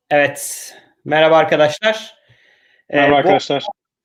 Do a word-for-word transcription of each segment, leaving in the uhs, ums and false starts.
Evet. Merhaba arkadaşlar. Merhaba Eee, bu arkadaşlar.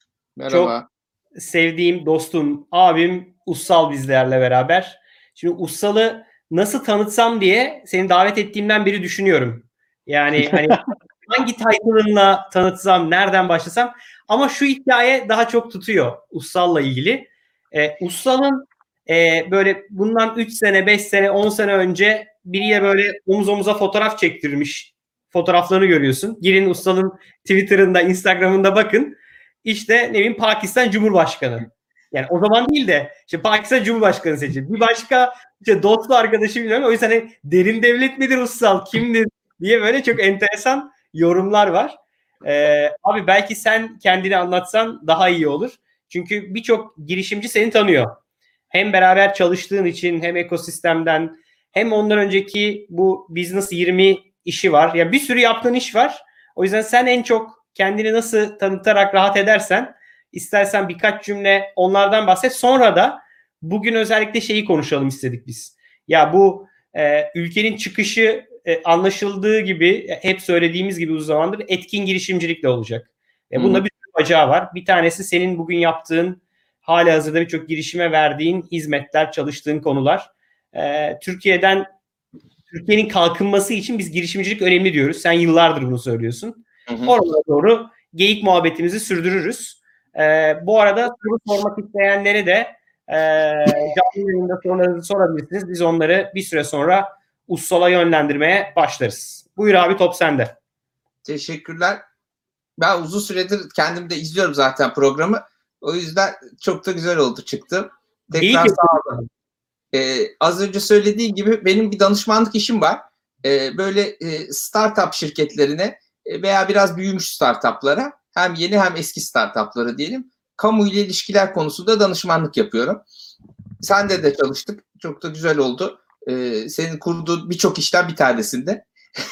çok Merhaba. sevdiğim dostum, abim Ussal bizlerle beraber. Şimdi Ussal'ı nasıl tanıtsam diye seni davet ettiğimden beri düşünüyorum. Yani, hani, hangi title'ınla tanıtsam, nereden başlasam ama şu hikâye daha çok tutuyor Ussal'la ilgili. Eee, Ussal'ın, eee, böyle bundan üç sene, beş sene, on sene önce biriyle böyle omuz omuza fotoğraf çektirmiş fotoğraflarını görüyorsun. Girin Ussal'ın Twitter'ında, Instagram'ında bakın. İşte ne bileyim Pakistan Cumhurbaşkanı. Yani o zaman değil de işte Pakistan Cumhurbaşkanı seçildi. Bir başka işte dostlu arkadaşı bilmiyorum. O yüzden hani derin devlet midir Ussal, kimdir diye böyle çok enteresan yorumlar var. Ee, abi belki sen kendini anlatsan daha iyi olur. Çünkü birçok girişimci seni tanıyor. Hem beraber çalıştığın için hem ekosistemden hem ondan önceki bu Business yirmi işi var. Ya bir sürü yaptığın iş var. O yüzden sen en çok kendini nasıl tanıtarak rahat edersen istersen birkaç cümle onlardan bahset. Sonra da bugün özellikle şeyi konuşalım istedik biz. Ya bu e, ülkenin çıkışı e, anlaşıldığı gibi hep söylediğimiz gibi uzun zamandır etkin girişimcilikle olacak. E, bunda bir sürü bacağı var. Bir tanesi senin bugün yaptığın halihazırda birçok girişime verdiğin hizmetler, çalıştığın konular. E, Türkiye'den Türkiye'nin kalkınması için biz girişimcilik önemli diyoruz. Sen yıllardır bunu söylüyorsun. Hı hı. Oralara doğru geyik muhabbetimizi sürdürürüz. Ee, bu arada soru sormak isteyenlere de e, canlı yayında sorularınızı sorabilirsiniz. Biz onları bir süre sonra Ussal'a yönlendirmeye başlarız. Buyur abi, top sende. Teşekkürler. Ben uzun süredir kendim de izliyorum zaten programı. O yüzden çok da güzel oldu çıktı. Tekrar sağ olun. Ee, az önce söylediğim gibi benim bir danışmanlık işim var. Ee, böyle e, startup şirketlerine e, veya biraz büyümüş startuplara hem yeni hem eski startuplara diyelim kamu ile ilişkiler konusunda danışmanlık yapıyorum. Sende de çalıştık. Çok da güzel oldu. Ee, senin kurduğun birçok işten bir tanesinde.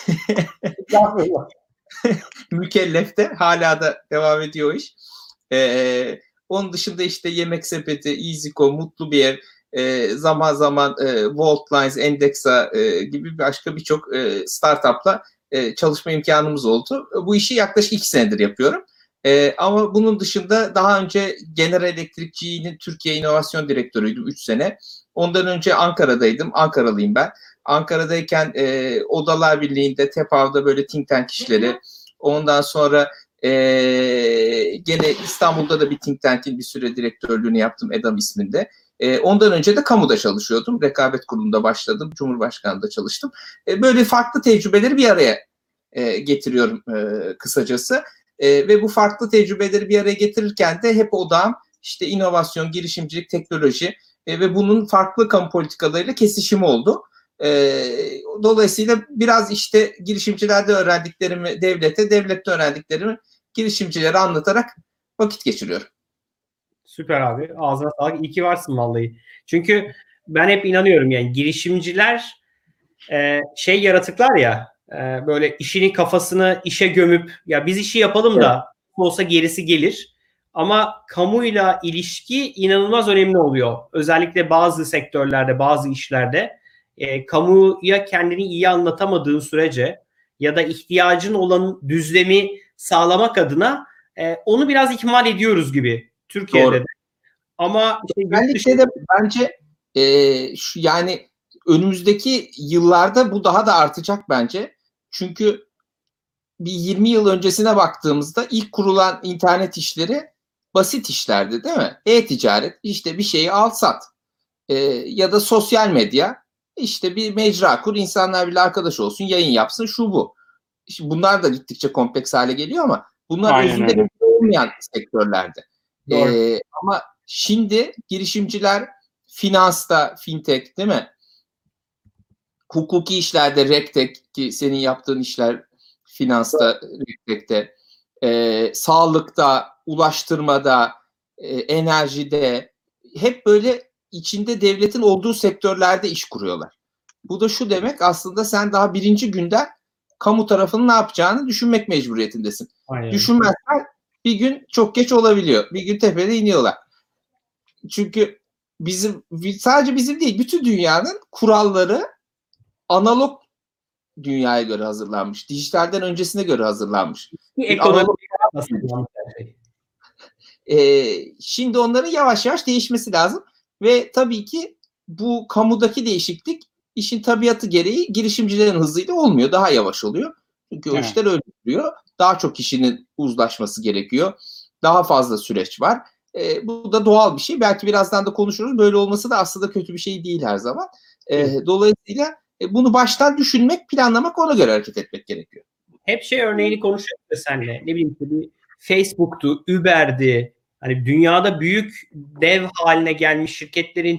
Mükellef'te hala da devam ediyor o iş. Ee, onun dışında işte Yemek Sepeti, EasyCo, Mutlu Bir Ev, e, zaman zaman e, Voltlines, Endexa e, gibi başka birçok e, startupla e, çalışma imkanımız oldu. Bu işi yaklaşık iki senedir yapıyorum. E, ama bunun dışında daha önce General Electric'in Türkiye İnovasyon Direktörüydüm üç sene. Ondan önce Ankara'daydım. Ankaralıyım ben. Ankara'dayken e, Odalar Birliği'nde, TEPAV'da böyle think tank işleri. Ondan sonra e, gene İstanbul'da da bir think tank'in bir süre direktörlüğünü yaptım EDAM isminde. E, ondan önce de kamuda çalışıyordum. Rekabet Kurulu'nda başladım. Cumhurbaşkanlığında çalıştım. E, böyle farklı tecrübeleri bir araya e, getiriyorum e, kısacası. E, ve bu farklı tecrübeleri bir araya getirirken de hep odağım işte inovasyon, girişimcilik, teknoloji e, ve bunun farklı kamu politikalarıyla kesişimi oldu. E, dolayısıyla biraz işte girişimcilerde öğrendiklerimi devlete, devlette öğrendiklerimi girişimcilere anlatarak vakit geçiriyorum. Süper abi. Ağzına sağlık. İyi ki varsın vallahi. Çünkü ben hep inanıyorum yani girişimciler e, şey yaratıklar ya e, böyle işini kafasını işe gömüp ya biz işi yapalım da evet, olsa gerisi gelir. Ama kamuyla ilişki inanılmaz önemli oluyor. Özellikle bazı sektörlerde, bazı işlerde e, kamuya kendini iyi anlatamadığın sürece ya da ihtiyacın olan düzlemi sağlamak adına e, onu biraz ihmal ediyoruz gibi Türkiye'de Doğru. de. Ama işte yurt Özellikle de bence e, şu, yani önümüzdeki yıllarda bu daha da artacak bence. Çünkü bir yirmi yıl öncesine baktığımızda ilk kurulan internet işleri basit işlerdi değil mi? E-ticaret, işte bir şeyi al sat. E, ya da sosyal medya, işte bir mecra kur, insanlar bile arkadaş olsun, yayın yapsın, şu bu. Şimdi bunlar da gittikçe kompleks hale geliyor ama bunlar Aynen özünde öyle. olmayan sektörlerde. Doğru. E, ama şimdi girişimciler finansta, fintech değil mi? Hukuki işlerde, regtech ki senin yaptığın işler finansta, regtech'te, e, sağlıkta, ulaştırmada, e, enerjide hep böyle içinde devletin olduğu sektörlerde iş kuruyorlar. Bu da şu demek, aslında sen daha birinci günden kamu tarafının ne yapacağını düşünmek mecburiyetindesin. Aynen. Düşünmezsen bir gün çok geç olabiliyor. Bir gün tepede iniyorlar. Çünkü bizim sadece bizim değil, bütün dünyanın kuralları analog dünyaya göre hazırlanmış. Dijitalden öncesine göre hazırlanmış. Ekonomi nasıl e, şimdi onların yavaş yavaş değişmesi lazım ve tabii ki bu kamudaki değişiklik işin tabiatı gereği girişimcilerin hızıyla olmuyor. Daha yavaş oluyor. Çünkü o Evet. işler öyle duruyor. Daha çok kişinin uzlaşması gerekiyor. Daha fazla süreç var. E, bu da doğal bir şey. Belki birazdan da konuşuruz. Böyle olması da aslında kötü bir şey değil her zaman. E, dolayısıyla e, bunu baştan düşünmek, planlamak, ona göre hareket etmek gerekiyor. Hep şey örneğini konuşuyoruz ya senle. Ne bileyim bir Facebook'tu, Uber'di. Hani dünyada büyük dev haline gelmiş şirketlerin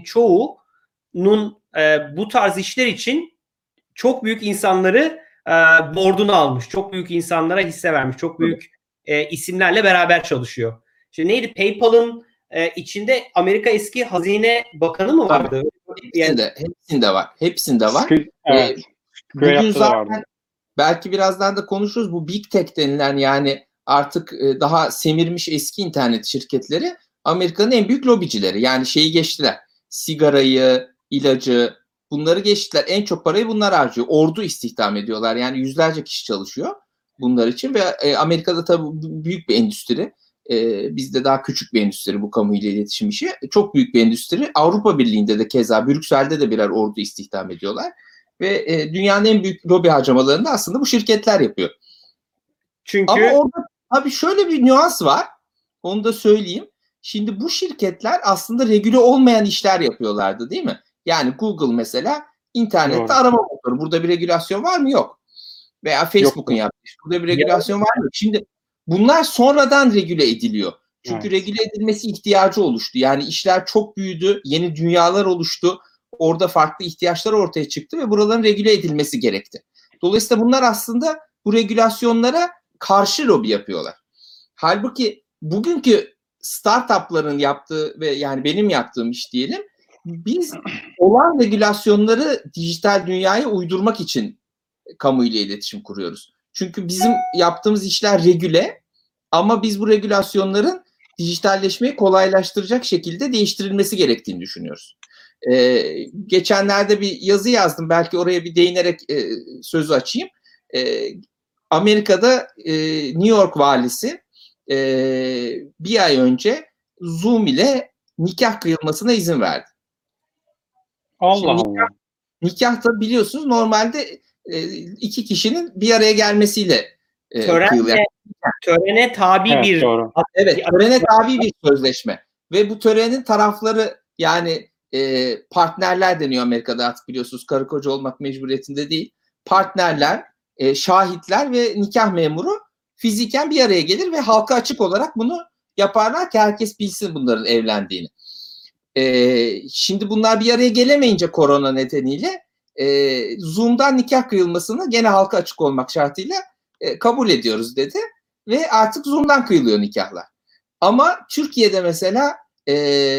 çoğunun e, bu tarz işler için çok büyük insanları e, board'una almış. Çok büyük insanlara hisse vermiş. Çok büyük e, isimlerle beraber çalışıyor. İşte neydi? PayPal'ın e, içinde Amerika eski Hazine Bakanı mı vardı? Hepsinde, hepsinde var. Hepsinde var. Skri- evet. Ee, Bugün bugün zaten vardı. belki birazdan da konuşuruz. Bu Big Tech denilen, yani artık daha semirmiş eski internet şirketleri Amerika'nın en büyük lobicileri. Yani şeyi geçtiler. Sigarayı, ilacı, bunları geçtiler. En çok parayı bunlar harcıyor. Ordu istihdam ediyorlar. Yani yüzlerce kişi çalışıyor bunlar için ve Amerika'da tabii büyük bir endüstri. Ee, bizde daha küçük bir endüstri bu kamuyla iletişim işi. Çok büyük bir endüstri. Avrupa Birliği'nde de keza, Brüksel'de de birer ordu istihdam ediyorlar. Ve e, dünyanın en büyük lobi harcamalarını da aslında bu şirketler yapıyor. Çünkü ama orada tabii şöyle bir nüans var. Onu da söyleyeyim. Şimdi bu şirketler aslında regüle olmayan işler yapıyorlardı, değil mi? Yani Google mesela internette Doğru. arama motoru. Burada bir regülasyon var mı? Yok. Veya Facebook'un yaptığı iş. Burada bir regülasyon var mı? Şimdi bunlar sonradan regüle ediliyor. Çünkü Evet. regüle edilmesi ihtiyacı oluştu. Yani işler çok büyüdü. Yeni dünyalar oluştu. Orada farklı ihtiyaçlar ortaya çıktı ve buraların regüle edilmesi gerekti. Dolayısıyla bunlar aslında bu regülasyonlara karşı lobi yapıyorlar. Halbuki bugünkü startupların yaptığı ve yani benim yaptığım iş diyelim, biz olan regülasyonları dijital dünyaya uydurmak için kamuyla iletişim kuruyoruz. Çünkü bizim yaptığımız işler regüle, ama biz bu regülasyonların dijitalleşmeyi kolaylaştıracak şekilde değiştirilmesi gerektiğini düşünüyoruz. Ee, geçenlerde bir yazı yazdım. Belki oraya bir değinerek e, sözü açayım. Ee, Amerika'da e, New York valisi e, bir ay önce Zoom ile nikah kıyılmasına izin verdi. Allah Şimdi Allah. Nikah da biliyorsunuz normalde e, iki kişinin bir araya gelmesiyle e, törenle, kıyılıyor. törene tabi Evet, bir doğru. Evet, törene tabi bir sözleşme. Ve bu törenin tarafları, yani e, partnerler deniyor Amerika'da artık, biliyorsunuz, karı koca olmak mecburiyetinde değil. Partnerler, e, şahitler ve nikah memuru fiziken bir araya gelir ve halka açık olarak bunu yaparlar ki herkes bilsin bunların evlendiğini. E, şimdi bunlar bir araya gelemeyince korona nedeniyle e, Zoom'dan nikah kıyılmasını gene halka açık olmak şartıyla e, kabul ediyoruz dedi. Ve artık Zoom'dan kıyılıyor nikahlar. Ama Türkiye'de mesela e,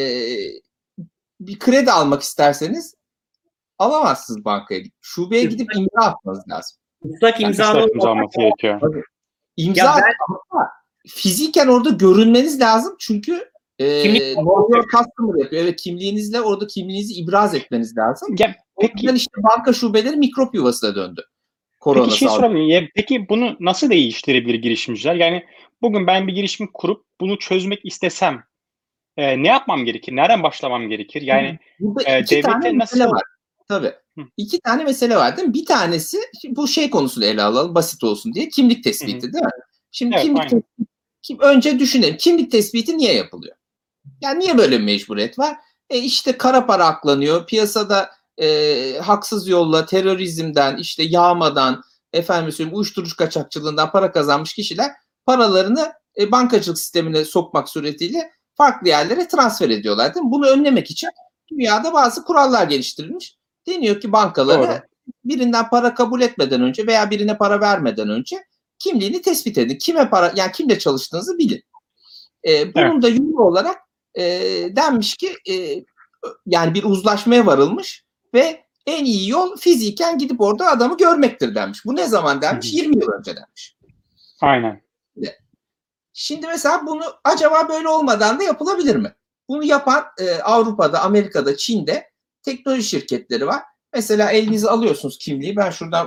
bir kredi almak isterseniz alamazsınız bankaya. Şubeye gidip imza atmanız lazım. Islak imzalı Islak imza alması gerekiyor. İmza Ya ben- ama fiziken orada görünmeniz lazım, çünkü e, Kimlik- know your customer yapıyor. Evet, kimliğinizle orada kimliğinizi ibraz etmeniz lazım. Ya, O peki, yüzden işte banka şubeleri mikrop yuvasına döndü. Korona peki şey salgını. sorabilirim. Ya, peki bunu nasıl değiştirebilir girişimciler? Yani bugün ben bir girişim kurup bunu çözmek istesem e, ne yapmam gerekir? Nereden başlamam gerekir? Yani Burada e, iki tane devletle mesele nasıl... var. Tabii. Hı. İki tane mesele var değil mi? Bir tanesi, şimdi bu şey konusunu ele alalım basit olsun diye, kimlik tespiti, Hı hı. değil mi? Şimdi Evet, kimlik aynen. tespiti, kim, önce düşünelim. Kimlik tespiti niye yapılıyor? Yani niye böyle bir mecburiyet var? E işte kara para aklanıyor. Piyasada e, haksız yolla terörizmden, işte yağmadan, efendim söyleyeyim, uyuşturucu kaçakçılığından para kazanmış kişiler paralarını e, bankacılık sistemine sokmak suretiyle farklı yerlere transfer ediyorlar, değil mi? Bunu önlemek için dünyada bazı kurallar geliştirilmiş. Deniyor ki bankalara, Doğru. birinden para kabul etmeden önce veya birine para vermeden önce kimliğini tespit edin. Kime para, yani kimle çalıştığınızı bilin. E, bunun Evet. da yolu olarak e, denmiş ki e, yani bir uzlaşmaya varılmış ve en iyi yol fiziken gidip orada adamı görmektir denmiş. Bu ne zaman denmiş? Hı hı. yirmi yıl önce denmiş. Aynen. Şimdi mesela bunu acaba böyle olmadan da yapılabilir mi? Bunu yapan e, Avrupa'da, Amerika'da, Çin'de teknoloji şirketleri var. Mesela elinize alıyorsunuz kimliği. Ben şuradan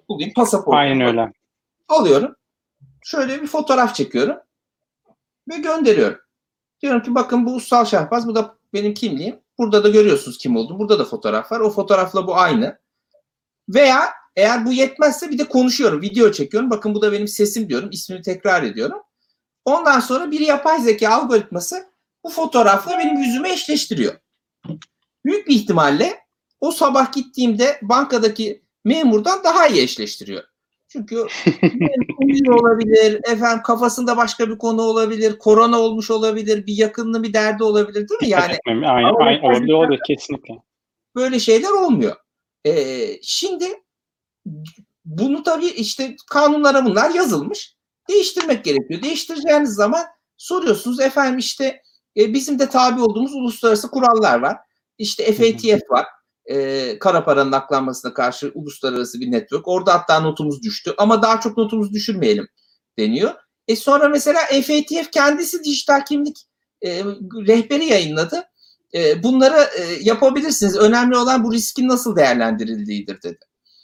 Bugün pasaport. Aynen öyle. Alıyorum. Şöyle bir fotoğraf çekiyorum. Ve gönderiyorum. Diyorum ki bakın bu Ussal Şahbaz, bu da benim kimliğim. Burada da görüyorsunuz kim olduğunu. Burada da fotoğraf var. O fotoğrafla bu aynı. Veya eğer bu yetmezse bir de konuşuyorum. Video çekiyorum. Bakın bu da benim sesim diyorum. İsmini tekrar ediyorum. Ondan sonra bir yapay zeka algoritması bu fotoğrafla benim yüzümü eşleştiriyor. Büyük bir ihtimalle o sabah gittiğimde bankadaki memurdan daha iyi eşleştiriyor. Çünkü uyuyor olabilir, efendim kafasında başka bir konu olabilir, korona olmuş olabilir, bir yakınlığı bir derdi olabilir, değil mi? Yani aynen, aynen olabilir, olabilir kesinlikle. Böyle şeyler olmuyor. Ee, şimdi bunu tabii işte kanunlara bunlar yazılmış. Değiştirmek gerekiyor. Değiştireceğiniz zaman soruyorsunuz efendim işte e, bizim de tabi olduğumuz uluslararası kurallar var. İşte F A T F var. E, kara paranın aklanmasına karşı uluslararası bir network. Orada hatta notumuz düştü. Ama daha çok notumuzu düşürmeyelim deniyor. E sonra mesela F A T F kendisi dijital kimlik e, rehberi yayınladı. E, bunları e, yapabilirsiniz. Önemli olan bu riskin nasıl değerlendirildiğidir dedi.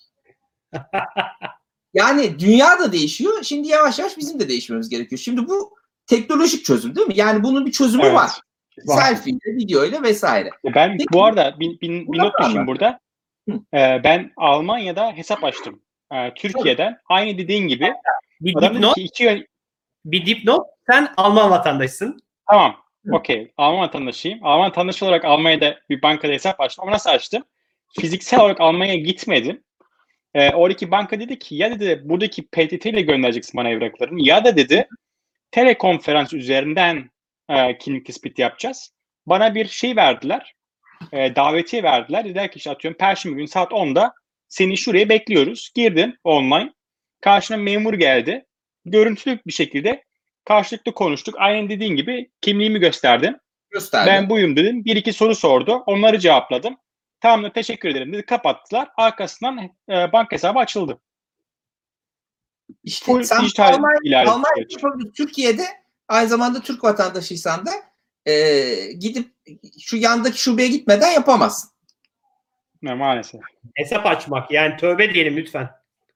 Yani dünya da değişiyor. Şimdi yavaş yavaş bizim de değişmemiz gerekiyor. Şimdi bu teknolojik çözüm değil mi? Yani bunun bir çözümü evet. var. Var. Selfie ile, video ile vesaire. Ben Peki, bu arada bir, bir, bir not düşeyim burada. Ee, ben Almanya'da hesap açtım. Ee, Türkiye'den. Aynı dediğin gibi. Bir Adam dedi dipnot, ki iki yön... bir dipnot, sen Alman vatandaşısın. Tamam. Okey. Alman vatandaşıyım. Alman vatandaşı olarak Almanya'da bir bankada hesap açtım. Ama nasıl açtım? Fiziksel olarak Almanya'ya gitmedim. Ee, oradaki banka dedi ki ya dedi buradaki P T T ile göndereceksin bana evraklarını ya da dedi telekonferans üzerinden e, kimlik tespiti yapacağız. Bana bir şey verdiler. E, davetiye verdiler. Dediler ki işte atıyorum Perşembe günü saat onda seni şuraya bekliyoruz. Girdim online. Karşına memur geldi. Görüntülü bir şekilde karşılıklı konuştuk. Aynen dediğin gibi kimliğimi gösterdim. Gösterdim. Ben buyum dedim. Bir iki soru sordu. Onları cevapladım. Tamam da teşekkür ederim dedi. Kapattılar. Arkasından e, banka hesabı açıldı. İşte Full sen dijital Almanya, ilerledi Almanya süreç. Türkiye'de aynı zamanda Türk vatandaşıysan da e, gidip şu yandaki şubeye gitmeden yapamazsın. Ne, maalesef. Hesap açmak. Yani tövbe diyelim lütfen.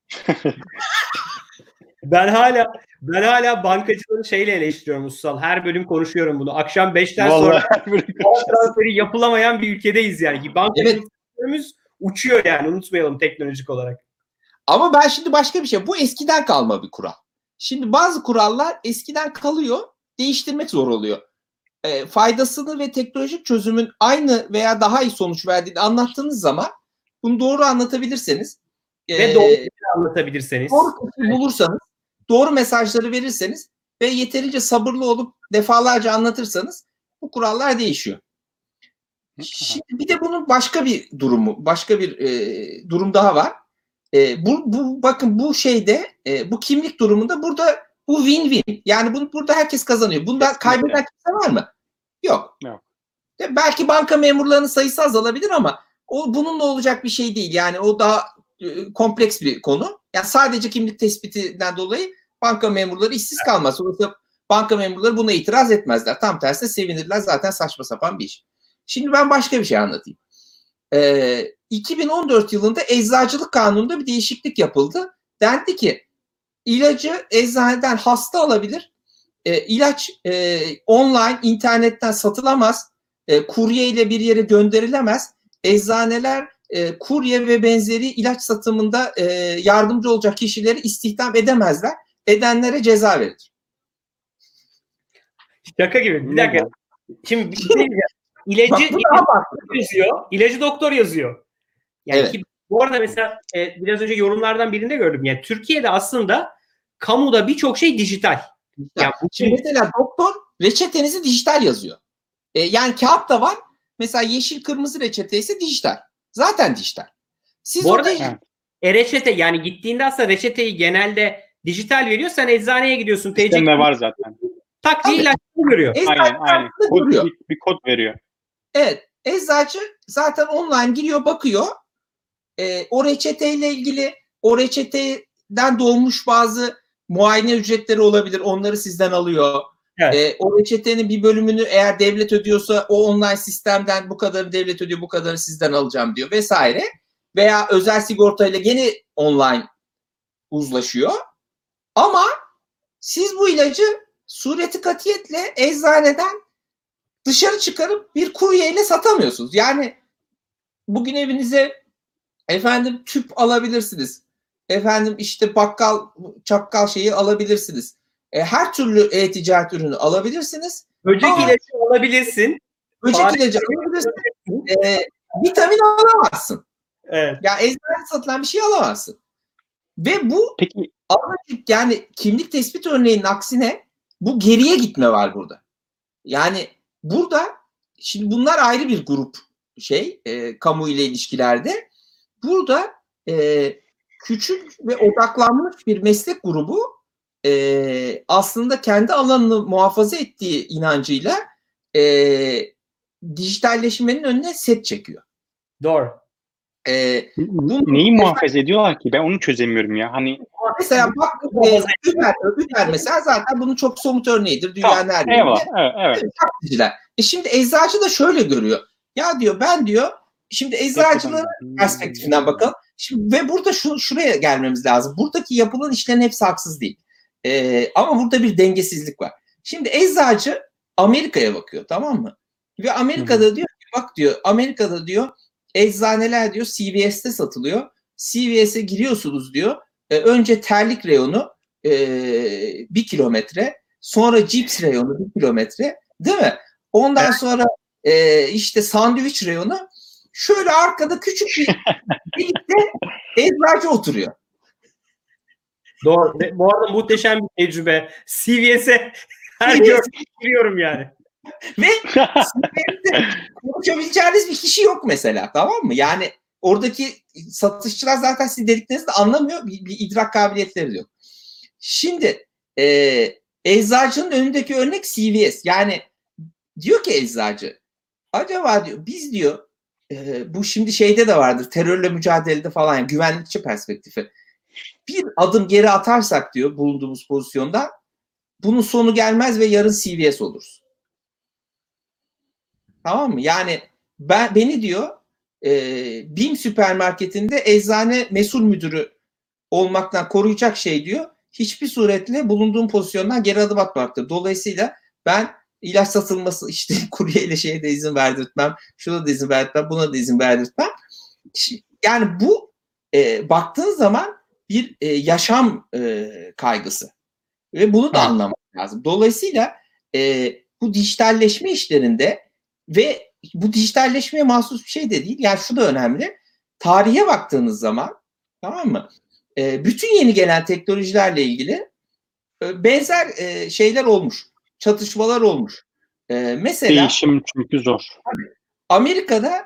Ben hala ben hala bankacıları şeyle eleştiriyorum Ussal. Her bölüm konuşuyorum bunu. Akşam beşten sonra para transferi yapılamayan bir ülkedeyiz yani. Bankacılık sektörümüz evet. Uçuyor yani. Unutmayalım teknolojik olarak. Ama ben şimdi başka bir şey. Bu eskiden kalma bir kural. Şimdi bazı kurallar eskiden kalıyor. Değiştirmek zor oluyor. E, faydasını ve teknolojik çözümün aynı veya daha iyi sonuç verdiğini anlattığınız zaman bunu doğru anlatabilirseniz ve e, doğru anlatabilirseniz doğru bulursanız doğru mesajları verirseniz ve yeterince sabırlı olup defalarca anlatırsanız bu kurallar değişiyor. Şimdi bir de bunun başka bir durumu, başka bir e, durum daha var. E, bu, bu bakın bu şeyde, e, bu kimlik durumunda burada bu win-win. Yani bunu burada herkes kazanıyor. Bunda kaybeden kimse var mı? Yok. Yok. De, belki banka memurlarının sayısı azalabilir ama o bununla olacak bir şey değil. Yani o daha e, kompleks bir konu. Yani sadece kimlik tespitinden dolayı banka memurları işsiz kalmaz. Sonuçta banka memurları buna itiraz etmezler. Tam tersine sevinirler. Zaten saçma sapan bir iş. Şimdi ben başka bir şey anlatayım. Ee, iki bin on dört yılında Eczacılık Kanunu'nda bir değişiklik yapıldı. Dendi ki ilacı eczaneden hasta alabilir. E, ilaç e, online, internetten satılamaz. E, kurye ile bir yere gönderilemez. Eczaneler e, kurye ve benzeri ilaç satımında e, yardımcı olacak kişileri istihdam edemezler. Edenlere ceza verilir. Şaka gibi. Bir dakika. Şimdi bir şey diyeceğim. İlacı, Bak, ilacı yazıyor. İlacı doktor yazıyor. Yani evet. ki, bu arada mesela e, biraz önce yorumlardan birinde gördüm. Yani Türkiye'de aslında kamuda birçok şey dijital. Yani, Şimdi mesela doktor reçetenizi dijital yazıyor. E, yani kağıt da var. Mesela yeşil kırmızı reçete ise dijital. Zaten dijital. Siz bu arada dijital... e-reçete yani gittiğinde aslında reçeteyi genelde dijital veriyor. Sen eczaneye gidiyorsun. Sistemde var zaten. Tak diye ilaçını görüyor. Aynen aynen. Kod, bir, bir kod veriyor. Evet. Eczacı zaten online giriyor bakıyor. E, o reçeteyle ilgili o reçeteden doğmuş bazı muayene ücretleri olabilir. Onları sizden alıyor. Evet. E, o reçetenin bir bölümünü eğer devlet ödüyorsa o online sistemden bu kadarı devlet ödüyor, bu kadarı sizden alacağım diyor vesaire. Veya özel sigortayla gene online uzlaşıyor. Ama siz bu ilacı sureti katiyetle eczaneden dışarı çıkarıp bir kuryeyle satamıyorsunuz. Yani bugün evinize efendim tüp alabilirsiniz. Efendim işte bakkal, çakkal şeyi alabilirsiniz. E, her türlü e-ticaret ürünü alabilirsiniz. Böcek Ama ilacı alabilirsin. böcek Fare- ilacı alabilirsin. E, vitamin alamazsın. Evet. Ya eczanede satılan bir şey alamazsın. Ve bu Peki yani kimlik tespit örneğinin aksine bu geriye gitme var burada. Yani burada şimdi bunlar ayrı bir grup şey e, kamu ile ilişkilerde. Burada e, küçük ve odaklanmış bir meslek grubu e, aslında kendi alanını muhafaza ettiği inancıyla e, dijitalleşmenin önüne set çekiyor. Doğru. E, bunu, neyi muhafaza ediyorlar ki? Ben onu çözemiyorum ya. Hani mesela bak e, Uber, Uber mesela zaten bunun çok somut örneğidir dünyanın her yerinde. Eyvallah. Evet. evet. Taksiciler. E şimdi eczacı da şöyle görüyor. Ya diyor ben diyor şimdi eczacıların perspektifinden bakalım. Şimdi, ve burada şu, şuraya gelmemiz lazım. Buradaki yapılan işlerin hepsi haksız değil. Ee, ama burada bir dengesizlik var. Şimdi eczacı Amerika'ya bakıyor, tamam mı? Ve Amerika'da Hı-hı. diyor ki bak diyor Amerika'da diyor eczaneler diyor C V S'te satılıyor. C V S'e giriyorsunuz diyor. E, önce terlik reyonu e, bir kilometre, sonra cips reyonu bir kilometre, değil mi? Ondan evet. sonra e, işte sandviç reyonu, şöyle arkada küçük bir birlikte eczacı oturuyor. Doğru. Bu arada muhteşem bir tecrübe. C V S'e her gün giriyorum yani. Ve C V S'te konuşabileceğiniz bir kişi yok mesela, tamam mı? Yani oradaki satışçılar zaten sizin dediklerinizi de anlamıyor. Bir, bir idrak kabiliyetleri yok. Şimdi e, eczacının önündeki örnek C V S. Yani diyor ki eczacı, acaba diyor biz diyor e, bu şimdi şeyde de vardır, terörle mücadelede falan, yani güvenlikçi perspektifi. Bir adım geri atarsak diyor bulunduğumuz pozisyonda bunun sonu gelmez ve yarın C V S oluruz. Tamam mı? Yani ben beni diyor e, BİM süpermarketinde eczane mesul müdürü olmaktan koruyacak şey diyor hiçbir suretle bulunduğum pozisyondan geri adım atmaktır. Dolayısıyla ben ilaç satılması işte kuryeyle şeye de izin verdirtmem, şuna da izin verdirtmem, buna da izin verdirtmem. Yani bu e, baktığın zaman bir e, yaşam e, kaygısı ve bunu da evet. anlamak lazım. Dolayısıyla e, bu dijitalleşme işlerinde ve bu dijitalleşmeye mahsus bir şey de değil. Yani şu da önemli. Tarihe baktığınız zaman, tamam mı? E, bütün yeni gelen teknolojilerle ilgili e, benzer e, şeyler olmuş. Çatışmalar olmuş. E, mesela değişim çünkü zor. Amerika'da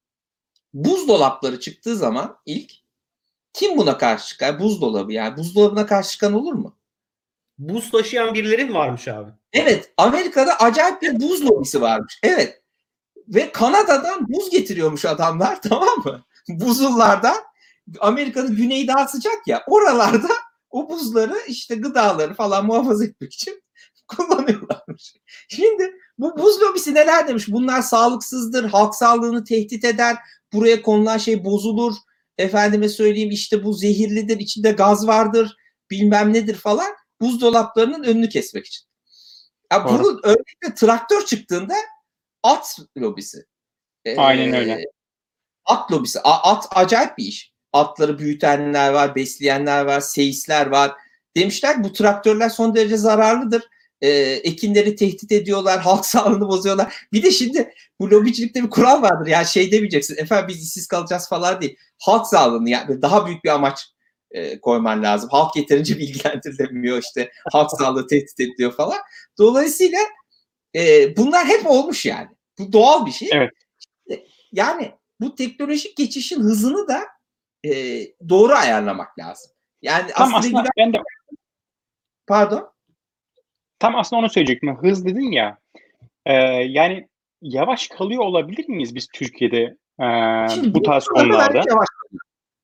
buzdolapları çıktığı zaman ilk kim buna karşı çıkar? Buzdolabı, yani buzdolabına karşı çıkan olur mu? Buz taşıyan birileri mi varmış abi? Evet, Amerika'da acayip bir buz lobisi varmış. Evet. Ve Kanada'dan buz getiriyormuş adamlar, tamam mı? Buzullarda, Amerika'nın güneyi daha sıcak ya, oralarda o buzları işte gıdaları falan muhafaza etmek için kullanıyorlarmış. Şimdi bu buz lobisi neler demiş? Bunlar sağlıksızdır, halk sağlığını tehdit eder, buraya konulan şey bozulur, efendime söyleyeyim işte bu zehirlidir, içinde gaz vardır, bilmem nedir falan, buzdolaplarının önünü kesmek için. Ya bunun örneğin traktör çıktığında at lobisi. Ee, Aynen öyle. At lobisi. At acayip bir iş. Atları büyütenler var, besleyenler var, seyisler var. Demişler bu traktörler son derece zararlıdır. Ee, ekinleri tehdit ediyorlar, halk sağlığını bozuyorlar. Bir de şimdi bu lobicilikte bir kural vardır. Yani şey demeyeceksin, efendim biz işsiz kalacağız falan değil. Halk sağlığını, yani daha büyük bir amaç e, koyman lazım. Halk yeterince bilgilendirilemiyor, işte halk sağlığı tehdit ediliyor falan. Dolayısıyla e, bunlar hep olmuş yani. Bu doğal bir şey. Evet. Yani bu teknolojik geçişin hızını da e, doğru ayarlamak lazım. Yani Tam aslında, aslında güven... ben de pardon. Tam aslında onu söyleyecektim. Hız dedin ya. E, yani yavaş kalıyor olabilir miyiz biz Türkiye'de e, Şimdi bu tarz konularda? Yavaş kalıyor.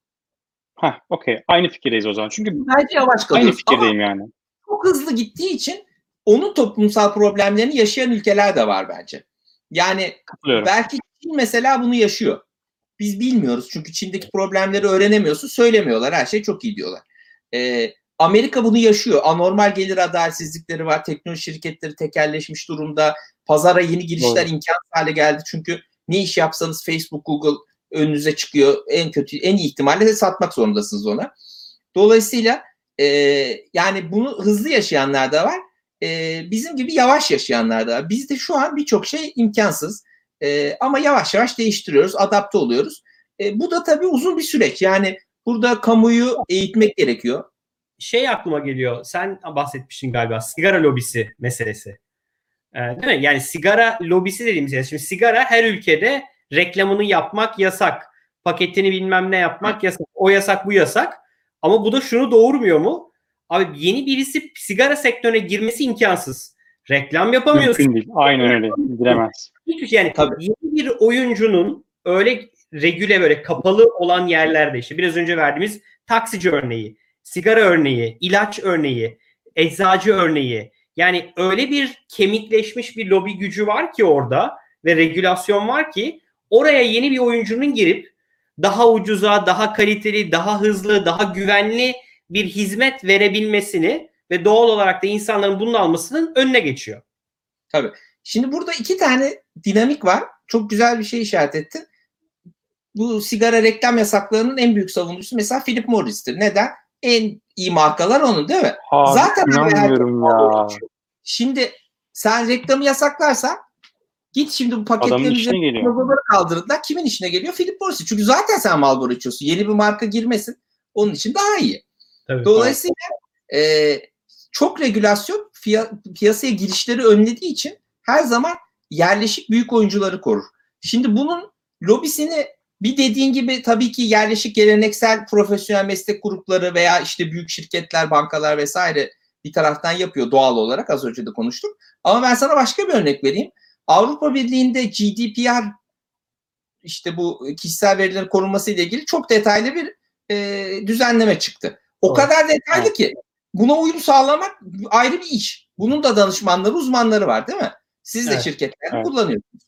Ha, okey. Aynı fikirdeyiz o zaman. Çünkü bence yavaş kalıyor. Aynı fikirdeyim yani. Çok hızlı gittiği için onun toplumsal problemlerini yaşayan ülkeler de var bence. Yani belki Çin mesela bunu yaşıyor. Biz bilmiyoruz çünkü Çin'deki problemleri öğrenemiyorsun, söylemiyorlar. Her şey çok iyi diyorlar. E, Amerika bunu yaşıyor. Anormal gelir adaletsizlikleri var. Teknoloji şirketleri tekelleşmiş durumda. Pazara yeni girişler Doğru. imkansız hale geldi. Çünkü ne iş yapsanız Facebook, Google önünüze çıkıyor. En kötü, en iyi ihtimalle de satmak zorundasınız ona. Dolayısıyla e, yani bunu hızlı yaşayanlar da var. E, bizim gibi yavaş yaşayanlar da var. Bizde şu an birçok şey imkansız. E, ama yavaş yavaş değiştiriyoruz, adapte oluyoruz. E, bu da tabii uzun bir süreç. Yani burada kamuoyu eğitmek gerekiyor. Şey aklıma geliyor. Sen bahsetmiştin galiba. Sigara lobisi meselesi. Ee, değil mi? Yani sigara lobisi dediğimiz şey. Şimdi sigara her ülkede reklamını yapmak yasak. Paketini bilmem ne yapmak yasak. O yasak, bu yasak. Ama bu da şunu doğurmuyor mu? Abi yeni birisi sigara sektörüne girmesi imkansız. Reklam yapamıyorsun. Mümkün değil. Aynen öyle. Giremez. Hiçbir şey, yani Tabii. yeni bir oyuncunun öyle regüle, böyle kapalı olan yerlerde, işte biraz önce verdiğimiz taksici örneği, sigara örneği, ilaç örneği, eczacı örneği, yani öyle bir kemikleşmiş bir lobi gücü var ki orada ve regülasyon var ki oraya yeni bir oyuncunun girip daha ucuza, daha kaliteli, daha hızlı, daha güvenli bir hizmet verebilmesini ve doğal olarak da insanların bunu almasının önüne geçiyor. Tabii. Şimdi burada iki tane dinamik var. Çok güzel bir şey işaret ettin. Bu sigara reklam yasaklarının en büyük savunucusu mesela Philip Morris'tir. Neden? En iyi markalar onun, değil mi? Abi, Zaten inanmıyorum ya. Şimdi sen reklamı yasaklarsan git şimdi bu Adamın paketlerin işine üzerine geliyor. logoları kaldırdılar. Kimin işine geliyor? Philip Morris'in. Çünkü zaten sen Marlboro içiyorsun. Yeni bir marka girmesin. Onun için daha iyi. Tabii. Dolayısıyla e, çok regülasyon fiya- piyasaya girişleri önlediği için her zaman yerleşik büyük oyuncuları korur. Şimdi bunun lobisini bir dediğin gibi tabii ki yerleşik geleneksel profesyonel meslek grupları veya işte büyük şirketler, bankalar vesaire bir taraftan yapıyor doğal olarak, az önce de konuştuk. Ama ben sana başka bir örnek vereyim. Avrupa Birliği'nde G D P R, işte bu kişisel verilerin korunması ile ilgili çok detaylı bir e, düzenleme çıktı. O Evet. kadar detaylı ki buna uyum sağlamak ayrı bir iş. Bunun da danışmanları, uzmanları var, değil mi? Siz de Evet. şirketlerde Evet. kullanıyorsunuz.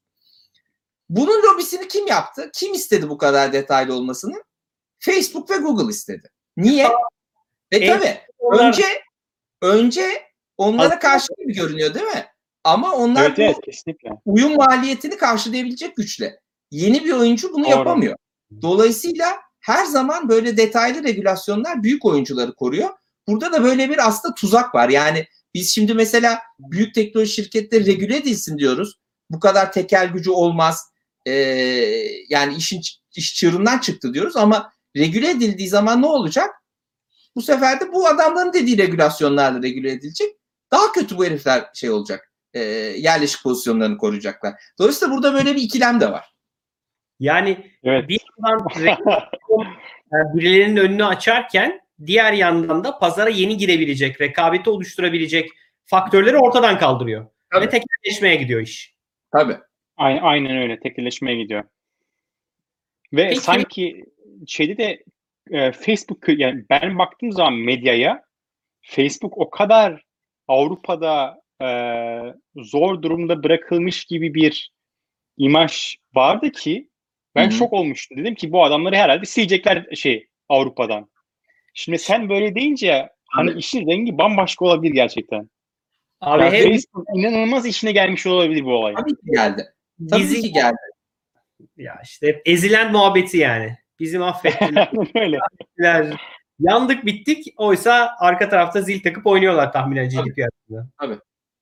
Bunun lobisini kim yaptı? Kim istedi bu kadar detaylı olmasını? Facebook ve Google istedi. Niye? E En- tabii onlar- önce önce onlara Aslında- karşı gibi görünüyor, değil mi? Ama onlar Evet bu evet kesinlikle. uyum maliyetini karşılayabilecek güçle. Yeni bir oyuncu bunu Doğru. yapamıyor. Dolayısıyla her zaman böyle detaylı regülasyonlar büyük oyuncuları koruyor. Burada da böyle bir aslında tuzak var. Yani biz şimdi mesela büyük teknoloji şirketleri regüle edilsin diyoruz. Bu kadar tekel gücü olmaz. Ee, yani işin iş çığırından çıktı diyoruz ama regüle edildiği zaman ne olacak? Bu sefer de bu adamların dediği regülasyonlarla regüle edilecek. Daha kötü bu herifler şey olacak. E, yerleşik pozisyonlarını koruyacaklar. Dolayısıyla burada böyle bir ikilem de var. Yani Evet. bir yandan reklam e, birilerinin önünü açarken diğer yandan da pazara yeni girebilecek, rekabeti oluşturabilecek faktörleri ortadan kaldırıyor. Tabii. Ve tekelleşmeye gidiyor iş. Tabii. Aynen, aynen öyle. Tekilleşmeye gidiyor. Ve Peki- sanki şeyde de e, Facebook, yani ben baktığım zaman medyaya, Facebook o kadar Avrupa'da e, zor durumda bırakılmış gibi bir imaj vardı ki ben Hı hı. şok olmuştum. Dedim ki bu adamları herhalde silecekler şey Avrupa'dan. Şimdi sen böyle deyince hani Abi. işin rengi bambaşka olabilir gerçekten. Abi Yani hem Facebook inanılmaz işine gelmiş olabilir bu olay. Tabii ki geldi. Tabii bizi ki geldi. ya işte hep ezilen muhabbeti yani. Bizim affettiler. Öyle. Yandık bittik. Oysa arka tarafta zil takıp oynuyorlar tahminen G D P R'da. Tabii.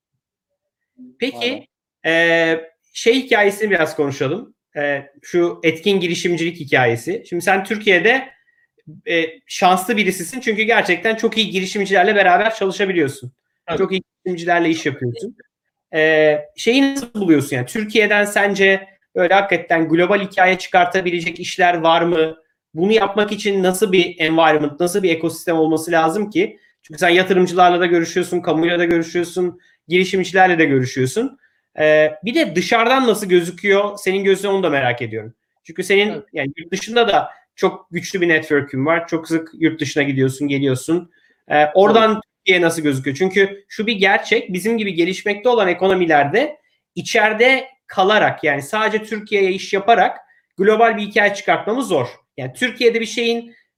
Peki e, şey hikayesini biraz konuşalım. E, şu etkin girişimcilik hikayesi. Şimdi sen Türkiye'de e, şanslı birisisin. Çünkü gerçekten çok iyi girişimcilerle beraber çalışabiliyorsun. Evet. Çok iyi girişimcilerle iş yapıyorsun. E, şeyi nasıl buluyorsun yani? Türkiye'den sence böyle hakikaten global hikaye çıkartabilecek işler var mı? Bunu yapmak için nasıl bir environment, nasıl bir ekosistem olması lazım ki? Çünkü sen yatırımcılarla da görüşüyorsun, kamuyla da görüşüyorsun, girişimcilerle de görüşüyorsun. Ee, bir de dışarıdan nasıl gözüküyor? Senin gözüne onu da merak ediyorum. Çünkü senin Evet. yani yurt dışında da çok güçlü bir network'ün var. Çok sık yurt dışına gidiyorsun, geliyorsun. Ee, oradan evet. Türkiye nasıl gözüküyor? Çünkü şu bir gerçek, bizim gibi gelişmekte olan ekonomilerde içeride kalarak, yani sadece Türkiye'ye iş yaparak global bir hikaye çıkartmamız zor. Yani Türkiye'de bir şeyin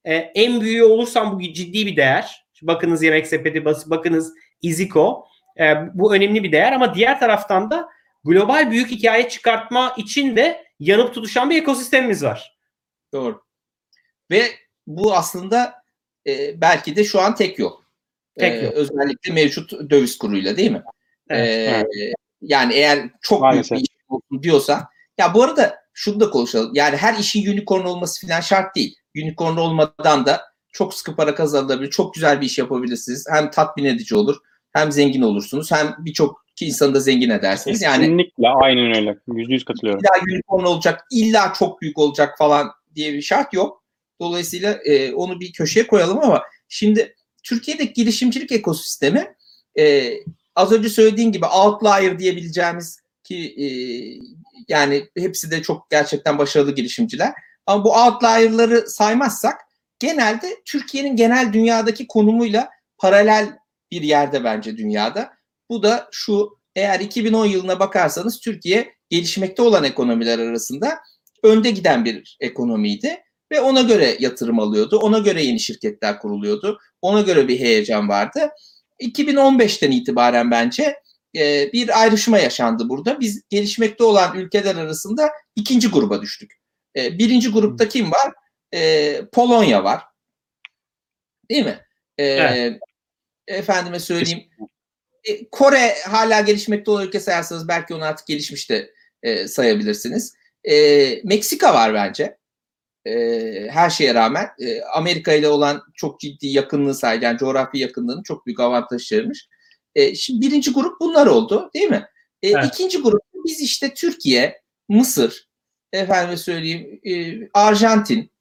e, en büyüğü olursam bu ciddi bir değer. Bakınız Yemek Sepeti, bakınız iziko. E, bu önemli bir değer ama diğer taraftan da global büyük hikaye çıkartma için de yanıp tutuşan bir ekosistemimiz var. Doğru. Ve bu aslında e, belki de şu an tek yol. Tek e, yol. Özellikle mevcut döviz kuruyla, değil mi? Evet, e, evet. Yani eğer çok Maalesef. büyük bir iş olsun diyorsan, ya bu arada şunu da konuşalım. Yani her işin unicorn olması falan şart değil. Unicorn olmadan da çok sıkı para kazanılabilir. Çok güzel bir iş yapabilirsiniz. Hem tatmin edici olur, hem zengin olursunuz, hem birçok insanı da zengin edersiniz. Yani Kesinlikle aynen öyle. Yüzde yüz katılıyorum. illa unicorn olacak, illa çok büyük olacak falan diye bir şart yok. Dolayısıyla e, onu bir köşeye koyalım ama şimdi Türkiye'deki girişimcilik ekosistemi e, az önce söylediğin gibi outlier diyebileceğimiz ki e, yani hepsi de çok gerçekten başarılı girişimciler. Ama bu outlier'ları saymazsak genelde Türkiye'nin genel dünyadaki konumuyla paralel bir yerde bence dünyada. Bu da şu: eğer iki bin on yılına bakarsanız Türkiye gelişmekte olan ekonomiler arasında önde giden bir ekonomiydi ve ona göre yatırım alıyordu. Ona göre yeni şirketler kuruluyordu. Ona göre bir heyecan vardı. iki bin on beşten itibaren bence e, bir ayrışma yaşandı burada. Biz gelişmekte olan ülkeler arasında ikinci gruba düştük. E, birinci grupta kim var? E, Polonya var. Değil mi? E, Evet. Efendime söyleyeyim. E, Kore hala gelişmekte olan ülke sayarsanız belki onu artık gelişmiş de e, sayabilirsiniz. E, Meksika var bence. E, her şeye rağmen e, Amerika ile olan çok ciddi yakınlığı sayeden, yani coğrafi yakınlığının çok büyük avantajlarıymış. E, şimdi birinci grup bunlar oldu, değil mi? E, Evet. İkinci grup biz işte Türkiye, Mısır, efendime söyleyeyim, e, Arjantin,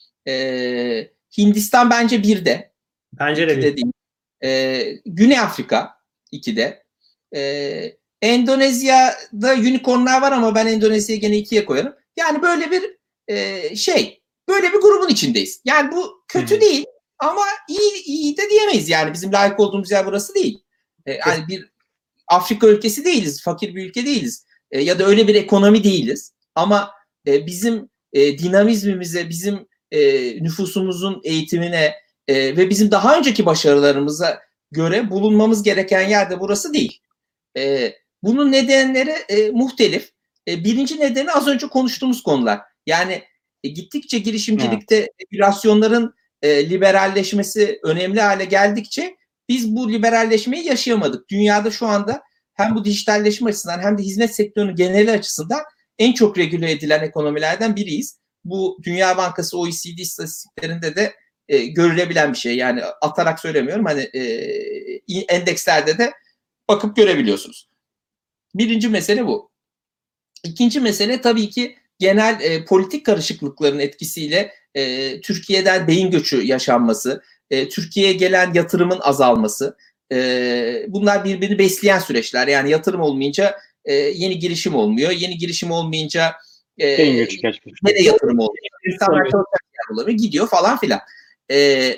e, Hindistan bence birde. Bence de İkide bir. değil. E, Güney Afrika ikide. E, Endonezya'da unicornlar var ama ben Endonezya'yı gene ikiye koyarım. Yani böyle bir e, şey, böyle bir grubun içindeyiz. Yani bu kötü Hı-hı. değil ama iyi iyi de diyemeyiz. Yani bizim layık olduğumuz yer burası değil. E, yani bir Afrika ülkesi değiliz, fakir bir ülke değiliz. E, ya da öyle bir ekonomi değiliz. Ama e, bizim e, dinamizmimize, bizim e, nüfusumuzun eğitimine e, ve bizim daha önceki başarılarımıza göre bulunmamız gereken yer de burası değil. E, bunun nedenleri e, muhtelif. E, birinci nedeni az önce konuştuğumuz konular. Yani e, gittikçe girişimcilikte evet. regülasyonların e, liberalleşmesi önemli hale geldikçe biz bu liberalleşmeyi yaşayamadık. Dünyada şu anda hem bu dijitalleşme açısından hem de hizmet sektörünün geneli açısından en çok regüle edilen ekonomilerden biriyiz. Bu Dünya Bankası O E C D istatistiklerinde de e, görülebilen bir şey. Yani atarak söylemiyorum. Hani e, endekslerde de bakıp görebiliyorsunuz. Birinci mesele bu. İkinci mesele tabii ki genel e, politik karışıklıkların etkisiyle e, Türkiye'den beyin göçü yaşanması, e, Türkiye'ye gelen yatırımın azalması. E, bunlar birbirini besleyen süreçler. Yani yatırım olmayınca e, yeni girişim olmuyor. Yeni girişim olmayınca e, beyin göçü gerçekten. nereye yatırım olmuyor? İnsanlar çalışacak yer bulamıyor. Gidiyor falan filan. E,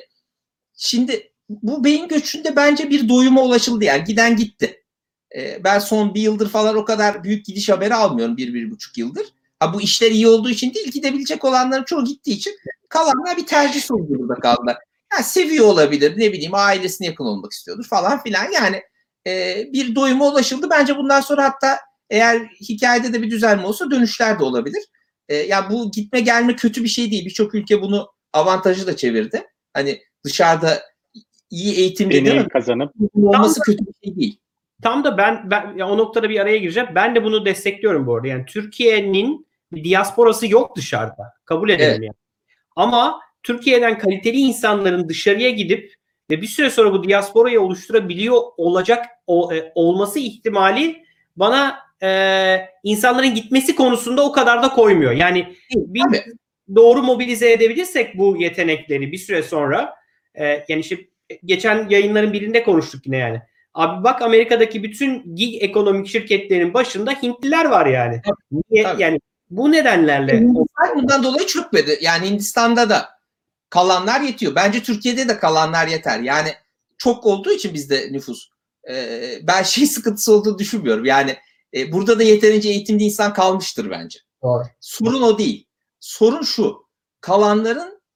şimdi bu beyin göçünde bence bir doyuma ulaşıldı. Yani giden gitti. Ben son bir yıldır falan o kadar büyük gidiş haberi almıyorum. Bir, bir buçuk yıldır. Ha, bu işler iyi olduğu için değil, gidebilecek olanların çoğu gittiği için kalanlar bir tercih sonucu burada kaldılar. Yani seviyor olabilir, ne bileyim, ailesine yakın olmak istiyordur falan filan. Yani e, bir doyuma ulaşıldı. Bence bundan sonra hatta eğer hikayede de bir düzelme olsa dönüşler de olabilir. E, ya yani bu gitme gelme kötü bir şey değil. Birçok ülke bunu avantajı da çevirdi. Hani dışarıda iyi eğitimli değil mi? Kazanıp olması kötü bir şey değil. Tam da ben, ben ya o noktada bir araya gireceğim. Ben de bunu destekliyorum bu arada. Yani Türkiye'nin bir diasporası yok dışarıda. Kabul edelim evet. yani. Ama Türkiye'den kaliteli insanların dışarıya gidip ve bir süre sonra bu diasporayı oluşturabiliyor olacak o, e, olması ihtimali bana e, insanların gitmesi konusunda o kadar da koymuyor. Yani bir doğru mobilize edebilirsek bu yetenekleri bir süre sonra e, yani işte geçen yayınların birinde konuştuk yine yani. Abi bak Amerika'daki bütün gig ekonomik şirketlerin başında Hintliler var yani. Niye? Yani bu nedenlerle. Hindistan bundan dolayı çökmedi. Yani Hindistan'da da kalanlar yetiyor. Bence Türkiye'de de kalanlar yeter. Yani çok olduğu için bizde nüfus. Ee, ben şey sıkıntısı olduğunu düşünmüyorum. Yani e, burada da yeterince eğitimli insan kalmıştır bence. Doğru. Sorun o değil. Sorun şu: kalanların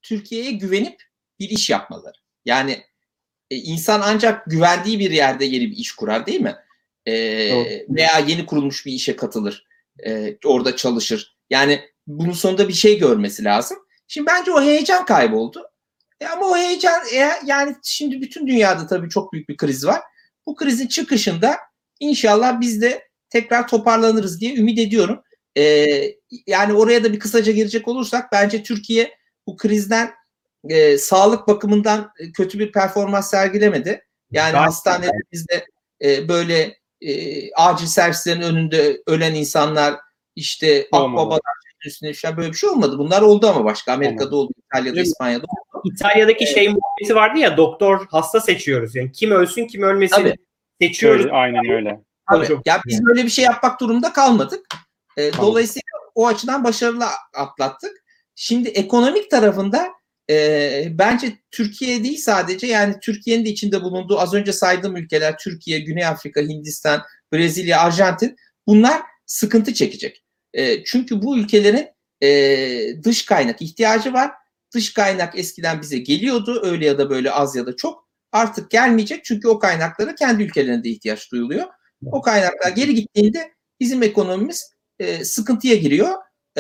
Türkiye'ye güvenip bir iş yapmaları. Yani e, insan ancak güvendiği bir yerde yeni bir iş kurar değil mi? E, veya yeni kurulmuş bir işe katılır. E, orada çalışır. Yani bunun sonunda bir şey görmesi lazım. Şimdi bence o heyecan kayboldu. E, ama o heyecan e, yani şimdi bütün dünyada tabii çok büyük bir kriz var. Bu krizin çıkışında inşallah biz de tekrar toparlanırız diye ümit ediyorum. E, yani oraya da bir kısaca girecek olursak bence Türkiye bu krizden e, sağlık bakımından kötü bir performans sergilemedi. Yani Gayet hastanelerimizde e, böyle e, acil servislerin önünde ölen insanlar, işte akbabalar üstüne düşen böyle bir şey olmadı. Bunlar oldu ama başka. Amerika'da oldu, İtalya'da, İspanya'da oldu. İtalya'daki Evet. şey muhabbeti vardı ya, doktor hasta seçiyoruz. Yani kim ölsün kim ölmesin Tabii. seçiyoruz. Öyle, aynen öyle. Tabii. Ya biz böyle bir şey yapmak durumunda kalmadık. E, Tamam. Dolayısıyla o açıdan başarılı atlattık. Şimdi ekonomik tarafında e, bence Türkiye değil sadece, yani Türkiye'nin de içinde bulunduğu az önce saydığım ülkeler, Türkiye, Güney Afrika, Hindistan, Brezilya, Arjantin, bunlar sıkıntı çekecek. E, çünkü bu ülkelerin e, dış kaynak ihtiyacı var. Dış kaynak eskiden bize geliyordu, öyle ya da böyle, az ya da çok. Artık gelmeyecek çünkü o kaynaklara kendi ülkelerinde ihtiyaç duyuluyor. O kaynaklar geri gittiğinde bizim ekonomimiz e, sıkıntıya giriyor. E,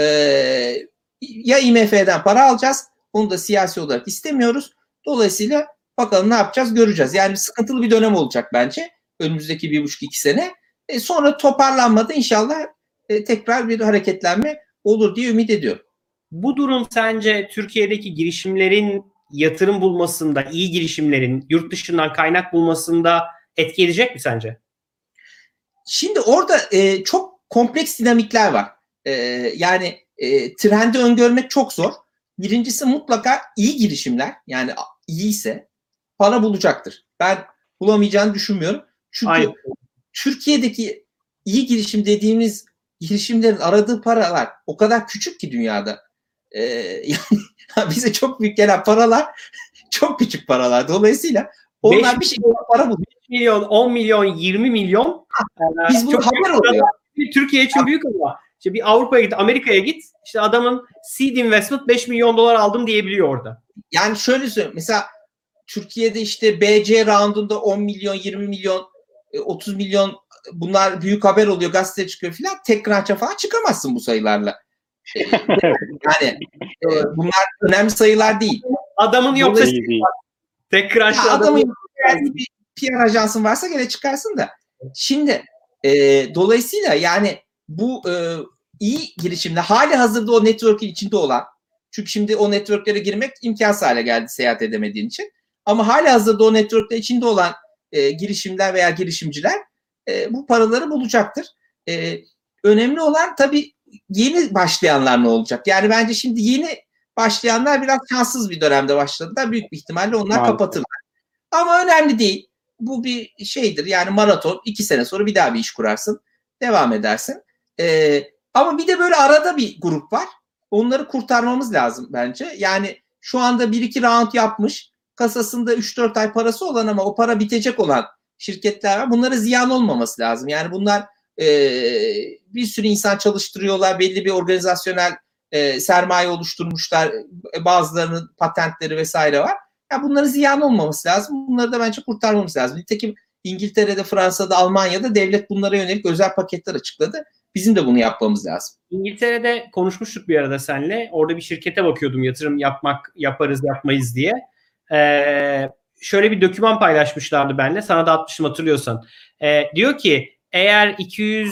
ya I M F'den para alacağız, onu da siyasi olarak istemiyoruz. Dolayısıyla bakalım ne yapacağız, göreceğiz. Yani sıkıntılı bir dönem olacak bence önümüzdeki bir buçuk iki sene. E, sonra toparlanmada inşallah e, tekrar bir hareketlenme olur diye ümit ediyorum. Bu durum sence Türkiye'deki girişimlerin yatırım bulmasında, iyi girişimlerin yurt dışından kaynak bulmasında etki edecek mi sence? Şimdi orada e, çok kompleks dinamikler var. E, yani e, trendi öngörmek çok zor. Birincisi, mutlaka iyi girişimler, yani iyiyse para bulacaktır. Ben bulamayacağını düşünmüyorum. Çünkü Aynen. Türkiye'deki iyi girişim dediğimiz girişimlerin aradığı paralar o kadar küçük ki dünyada. Ee, yani bize çok büyük gelen paralar çok küçük paralar. Dolayısıyla onlar bir şekilde para buluyor. beş milyon, on milyon, yirmi milyon. Ha, biz bunu haber oluyor. Türkiye için büyük ama işte bir Avrupa'ya git, Amerika'ya git. İşte adamın seed investment beş milyon dolar aldım diyebiliyor orada. Yani şöyle söyleyeyim. Mesela Türkiye'de işte B C roundunda on milyon, yirmi milyon, otuz milyon, bunlar büyük haber oluyor, gazeteye çıkıyor filan. Tek rança falan çıkamazsın bu sayılarla. Yani e, bunlar önemli sayılar değil. Adamın yoksa tek rança adamın yani bir P R ajansın varsa gene çıkarsın da. Şimdi e, dolayısıyla yani bu e, iyi girişimde hali hazırda o network'in içinde olan, çünkü şimdi o network'lere girmek imkansız hale geldi seyahat edemediğin için. Ama hali hazırda o network'te içinde olan e, girişimler veya girişimciler e, bu paraları bulacaktır. E, önemli olan tabii yeni başlayanlar ne olacak? Yani bence şimdi yeni başlayanlar biraz şanssız bir dönemde başladılar. Büyük bir ihtimalle onlar Maalesef. kapatırlar. Ama önemli değil. Bu bir şeydir. Yani maraton. iki sene sonra bir daha bir iş kurarsın. Devam edersin. E, ama bir de böyle arada bir grup var. Onları kurtarmamız lazım bence. Yani şu anda bir iki round yapmış, kasasında üç dört ay parası olan ama o para bitecek olan şirketler var. Bunlara ziyan olmaması lazım. Yani bunlar e, bir sürü insan çalıştırıyorlar. Belli bir organizasyonel e, sermaye oluşturmuşlar. Bazılarının patentleri vesaire var. Yani bunların ziyan olmaması lazım. Bunları da bence kurtarmamız lazım. Nitekim İngiltere'de, Fransa'da, Almanya'da devlet bunlara yönelik özel paketler açıkladı. Bizim de bunu yapmamız lazım. İngiltere'de konuşmuştuk bir arada seninle. Orada bir şirkete bakıyordum, yatırım yapmak yaparız yapmayız diye. Ee, şöyle bir doküman paylaşmışlardı benimle. Sana da atmıştım hatırlıyorsan. Ee, diyor ki eğer iki yüz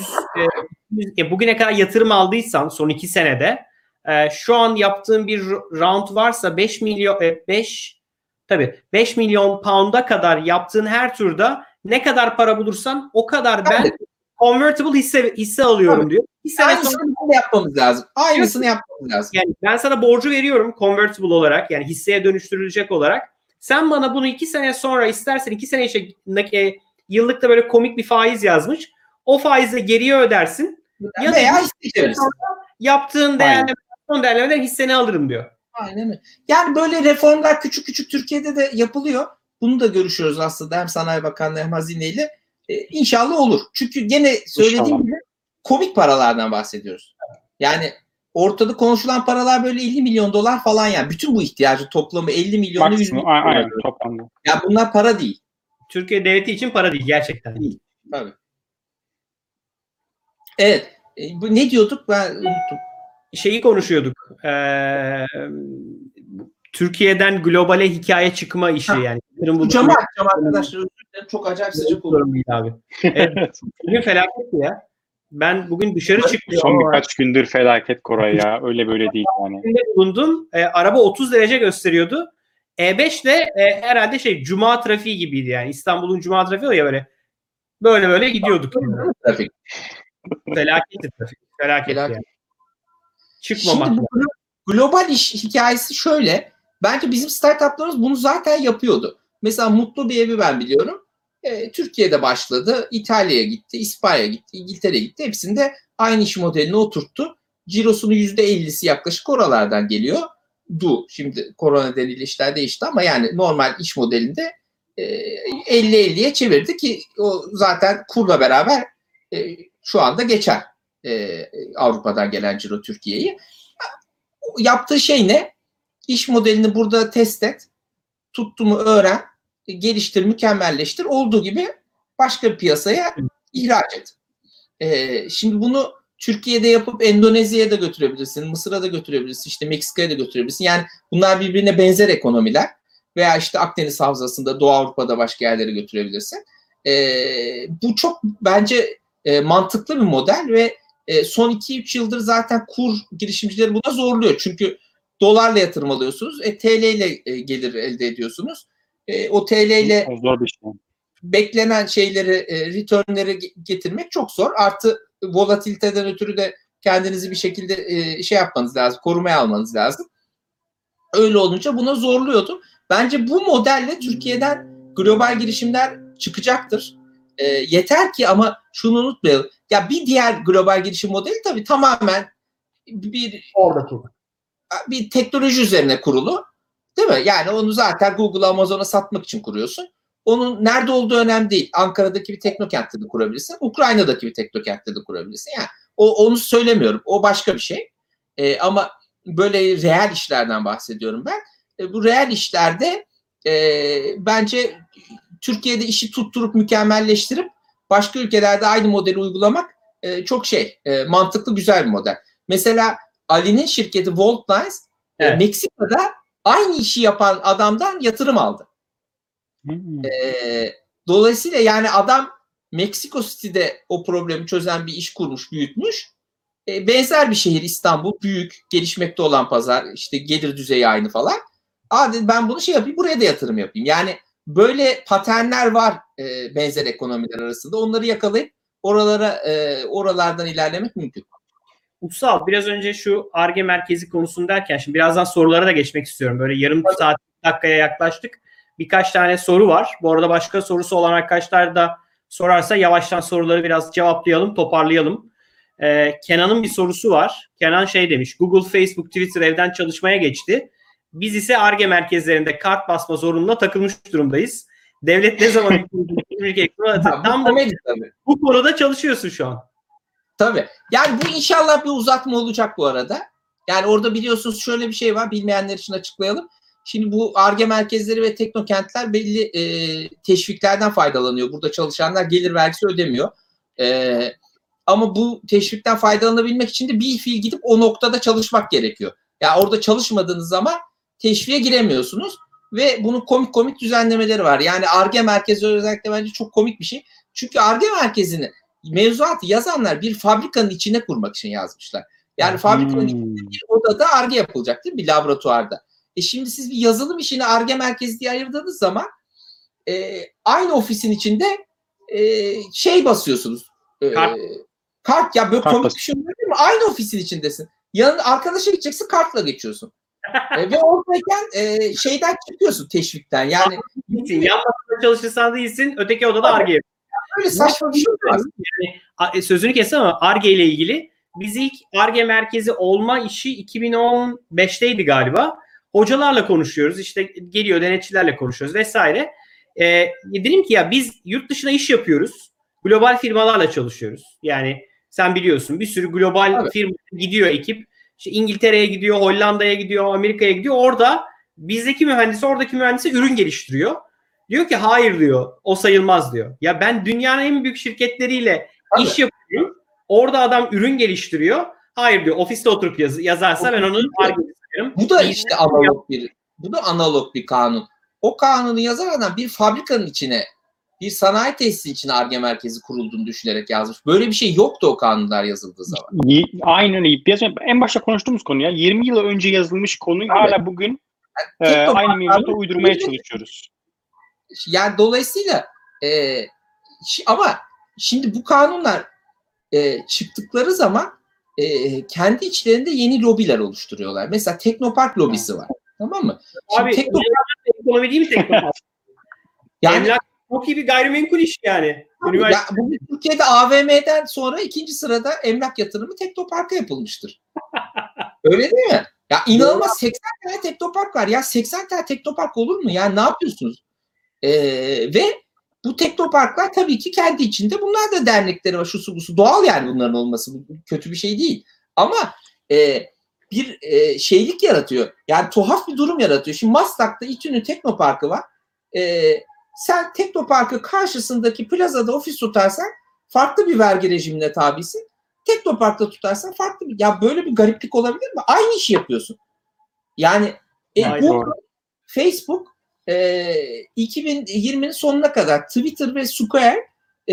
e, bugüne kadar yatırım aldıysan son iki senede e, şu an yaptığın bir round varsa beş milyon beş tabii beş milyon pound'a kadar yaptığın her turda ne kadar para bulursan o kadar ben evet. convertible hisse hisse alıyorum Tabii. diyor. Hisse Aynısını sonra... yapmamız lazım. Aynısını evet. yapmamız lazım. Yani ben sana borcu veriyorum convertible olarak, yani hisseye dönüştürülecek olarak. Sen bana bunu iki sene sonra istersen iki sene içinde yıllıkta böyle komik bir faiz yazmış. O faizle geriye ödersin. Ya veya hisse yaptığın değerleme, son değerlemeden hisseni alırım diyor. Aynen öyle. Yani böyle reformlar küçük küçük Türkiye'de de yapılıyor. Bunu da görüşüyoruz aslında hem Sanayi Bakanlığı hem hazineyle. Ee, İnşallah olur. Çünkü gene söylediğim İnşallah. gibi komik paralardan bahsediyoruz. Yani ortada konuşulan paralar böyle elli milyon dolar falan yani. Bütün bu ihtiyacı toplamı elli milyon yüz milyon dolar. Aynen toplamda. Ya bunlar para değil. Türkiye devleti için para değil gerçekten. Değil. Tabii. Evet. E, bu ne diyorduk? Ben unuttum. Şeyi konuşuyorduk. Ee, Türkiye'den globale hikaye çıkma işi Ha. yani. Camı açacağım arkadaşlar. Özür dilerim. Çok acayip sıcak oldu. Abi. Evet. Bugün felaketti ya. Ben bugün dışarı çıktım. Son birkaç gündür felaket Koray ya. Öyle böyle değil yani. Bulundum. E, araba otuz derece gösteriyordu. E beş de e, herhalde şey Cuma trafiği gibiydi yani. İstanbul'un Cuma trafiği o ya böyle. Böyle böyle gidiyorduk. Yani. Trafik. Felaketti trafik. Felaketti Felaket. yani. Çıkmamak. Şimdi bu global iş hikayesi şöyle. Bence bizim startuplarımız bunu zaten yapıyordu. Mesela Mutlu bir evi ben biliyorum. E, Türkiye'de başladı. İtalya'ya gitti, İspanya'ya gitti, İngiltere'ye gitti. Hepsinde aynı iş modelini oturttu. Cirosunun yüzde ellisi yaklaşık oralardan geliyor. Du. Şimdi korona nedeniyle işler değişti ama yani normal iş modelinde e, elli elliye çevirdi ki o zaten kurla beraber e, şu anda geçer. E, Avrupa'dan gelen ciro Türkiye'yi. Yaptığı şey ne? İş modelini burada test et. Tuttu mu öğren. Geliştir, mükemmelleştir. Olduğu gibi başka bir piyasaya ihraç et. E, şimdi bunu Türkiye'de yapıp Endonezya'ya da götürebilirsin. Mısır'a da götürebilirsin. İşte Meksika'ya da götürebilirsin. Yani bunlar birbirine benzer ekonomiler. Veya işte Akdeniz Havzası'nda, Doğu Avrupa'da başka yerlere götürebilirsin. E, bu çok bence e, mantıklı bir model ve e, son iki üç yıldır zaten kur girişimcileri buna zorluyor. Çünkü dolarla yatırım alıyorsunuz. E, T L ile e, gelir elde ediyorsunuz. E, o T L ile zor bir şey. Beklenen şeyleri, e, returnleri getirmek çok zor. Artı volatiliteden ötürü de kendinizi bir şekilde e, şey yapmanız lazım, korumaya almanız lazım. Öyle olunca buna zorluyordu. Bence bu modelle Türkiye'den global girişimler çıkacaktır. E, yeter ki ama şunu unutmayalım. Ya bir diğer global girişim modeli tabii tamamen bir oradaki bir teknoloji üzerine kurulu. Değil mi? Yani onu zaten Google'a, Amazon'a satmak için kuruyorsun. Onun nerede olduğu önemli değil. Ankara'daki bir teknokentte de kurabilirsin. Ukrayna'daki bir teknokentte de kurabilirsin. Yani o, onu söylemiyorum. O başka bir şey. E, ama böyle reel işlerden bahsediyorum ben. E, bu reel işlerde e, bence Türkiye'de işi tutturup mükemmelleştirip başka ülkelerde aynı modeli uygulamak e, çok şey e, mantıklı, güzel bir model. Mesela Ali'nin şirketi Voltlines evet. e, Meksika'da aynı işi yapan adamdan yatırım aldı. Hmm. E, dolayısıyla yani adam Meksiko City'de o problemi çözen bir iş kurmuş, büyütmüş. E, benzer bir şehir İstanbul, büyük, gelişmekte olan pazar, işte gelir düzeyi aynı falan. Aa dedi, ben bunu şey yapayım, buraya da yatırım yapayım. Yani böyle paternler var e, benzer ekonomiler arasında. Onları yakalayıp oralara e, oralardan ilerlemek mümkün. Utsal, biraz önce şu Ar-Ge merkezi konusunu derken şimdi birazdan sorulara da geçmek istiyorum. Böyle yarım saat dakikaya yaklaştık. Birkaç tane soru var. Bu arada başka sorusu olan arkadaşlar da sorarsa yavaştan soruları biraz cevaplayalım, toparlayalım. Ee, Kenan'ın bir sorusu var. Kenan şey demiş, Google, Facebook, Twitter evden çalışmaya geçti. Biz ise Ar-Ge merkezlerinde kart basma zorunluluğuna takılmış durumdayız. Devlet ne zaman tam da bu konuda çalışıyorsun şu an. Tabii. Yani bu inşallah bir uzatma olacak bu arada. Yani orada biliyorsunuz şöyle bir şey var. Bilmeyenler için açıklayalım. Şimdi bu Ar-Ge merkezleri ve teknokentler belli e, teşviklerden faydalanıyor. Burada çalışanlar gelir vergisi ödemiyor. E, ama bu teşvikten faydalanabilmek için de bir fiil gidip o noktada çalışmak gerekiyor. Yani orada çalışmadığınız zaman teşviğe giremiyorsunuz. Ve bunun komik komik düzenlemeleri var. Yani Ar-Ge merkezi özellikle bence çok komik bir şey. Çünkü Ar-Ge merkezini mevzuatı yazanlar bir fabrikanın içine kurmak için yazmışlar. Yani fabrikanın hmm. içinde bir odada Ar-Ge yapılacak değil mi? Bir laboratuvarda. E şimdi siz bir yazılım işini Ar-Ge merkezi diye ayırdığınız zaman e, aynı ofisin içinde e, şey basıyorsunuz. E, kart. kart ya böyle kart komik bir şey değil mi? Aynı ofisin içindesin. Yanın arkadaşa gideceksin, kartla geçiyorsun. e, ve oradayken e, şeyden çıkıyorsun, teşvikten. Yani yan masada çalışırsan değilsin, öteki odada Ar-Ge yapıyorsun. Böyle saçma bir şey var. Yani, sözünü kestim ama Ar-Ge ile ilgili biz ilk Ar-Ge merkezi olma işi iki bin on beşteydi galiba. Hocalarla konuşuyoruz. İşte geliyor denetçilerle konuşuyoruz vesaire. Ee, dedim ki ya biz yurt dışına iş yapıyoruz. Global firmalarla çalışıyoruz. Yani sen biliyorsun bir sürü global evet. firma gidiyor ekip. İşte İngiltere'ye gidiyor, Hollanda'ya gidiyor, Amerika'ya gidiyor. Orada bizdeki mühendis oradaki mühendise ürün geliştiriyor. Diyor ki hayır diyor, o sayılmaz diyor. Ya ben dünyanın en büyük şirketleriyle Tabii. iş yapıyorum. Orada adam ürün geliştiriyor. Hayır diyor, ofiste oturup yaz, yazarsa ben onu sayarım. Bu da işte analog bir, bu da analog bir kanun. O kanunu yazan adam bir fabrikanın içine, bir sanayi tesisi için Ar-Ge merkezi kurulduğunu düşünerek yazmış. Böyle bir şey yoktu o kanunlar yazıldığı zaman. Y- Aynen öyle. Biraz önce- en başta konuştuğumuz konu ya. yirmi yıl önce yazılmış konuyu Evet. hala bugün e, Yani tek aynı mevzuda toparlanmış uydurmaya bir- çalışıyoruz. Yani dolayısıyla e, şi- ama şimdi bu kanunlar e, çıktıkları zaman e, kendi içlerinde yeni lobiler oluşturuyorlar. Mesela Teknopark lobisi var. Tamam mı? Şimdi Abi Teknopark, ekonomi değil mi teknopark? yani Emlak çok iyi bir gayrimenkul iş yani. Tabii, ya, bugün Türkiye'de A V M'den sonra ikinci sırada emlak yatırımı Teknopark'a yapılmıştır. Öyle değil mi? Ya inanılmaz, seksen tane Teknopark var. Ya seksen tane Teknopark olur mu? Yani ne yapıyorsunuz? Ee, ve bu Teknoparklar tabii ki kendi içinde, bunlar da dernekleri var, şusu busu. Doğal yani bunların olması. Bu kötü bir şey değil. Ama e, bir e, şeylik yaratıyor. Yani tuhaf bir durum yaratıyor. Şimdi Maslak'ta İTÜ'nün Teknopark'ı var. Eee Sen Teknopark'ı karşısındaki plazada ofis tutarsan farklı bir vergi rejimine tabisin. Teknopark'ta tutarsan farklı bir... Ya böyle bir gariplik olabilir mi? Aynı işi yapıyorsun. Yani e, Google, Facebook e, iki bin yirminin sonuna kadar Twitter ve Square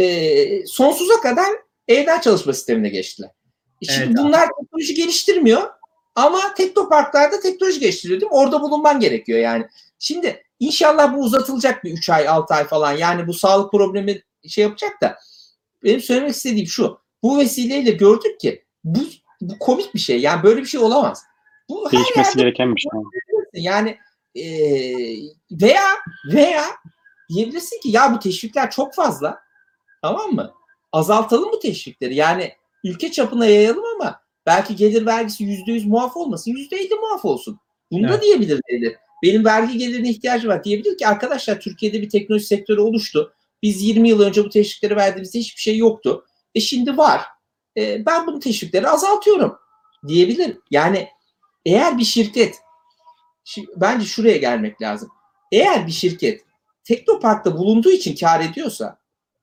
e, sonsuza kadar evden çalışma sistemine geçtiler. Şimdi Evet, bunlar teknoloji geliştirmiyor ama Teknopark'larda teknoloji geliştiriyor değil mi? Orada bulunman gerekiyor yani. Şimdi İnşallah bu uzatılacak bir üç ay altı ay falan. Yani bu sağlık problemi şey yapacak da. Benim söylemek istediğim şu. Bu vesileyle gördük ki bu, bu komik bir şey. Yani böyle bir şey olamaz. Bu Değişmesi her yerde gereken bir şey. yani e, veya veya diyebilirsin ki ya bu teşvikler çok fazla. Tamam mı? Azaltalım bu teşvikleri. Yani ülke çapına yayalım ama belki gelir vergisi yüzde yüz muaf olmasın. yüzde elli muaf olsun. Bunu da evet. diyebilir devlet. Benim vergi gelirine ihtiyacım var. Diyebilir ki arkadaşlar Türkiye'de bir teknoloji sektörü oluştu. Biz yirmi yıl önce bu teşvikleri verdiğimizde hiçbir şey yoktu. E şimdi var. E, ben bunu teşvikleri azaltıyorum diyebilir. Yani eğer bir şirket, şimdi bence şuraya gelmek lazım. Eğer bir şirket Teknopark'ta bulunduğu için kar ediyorsa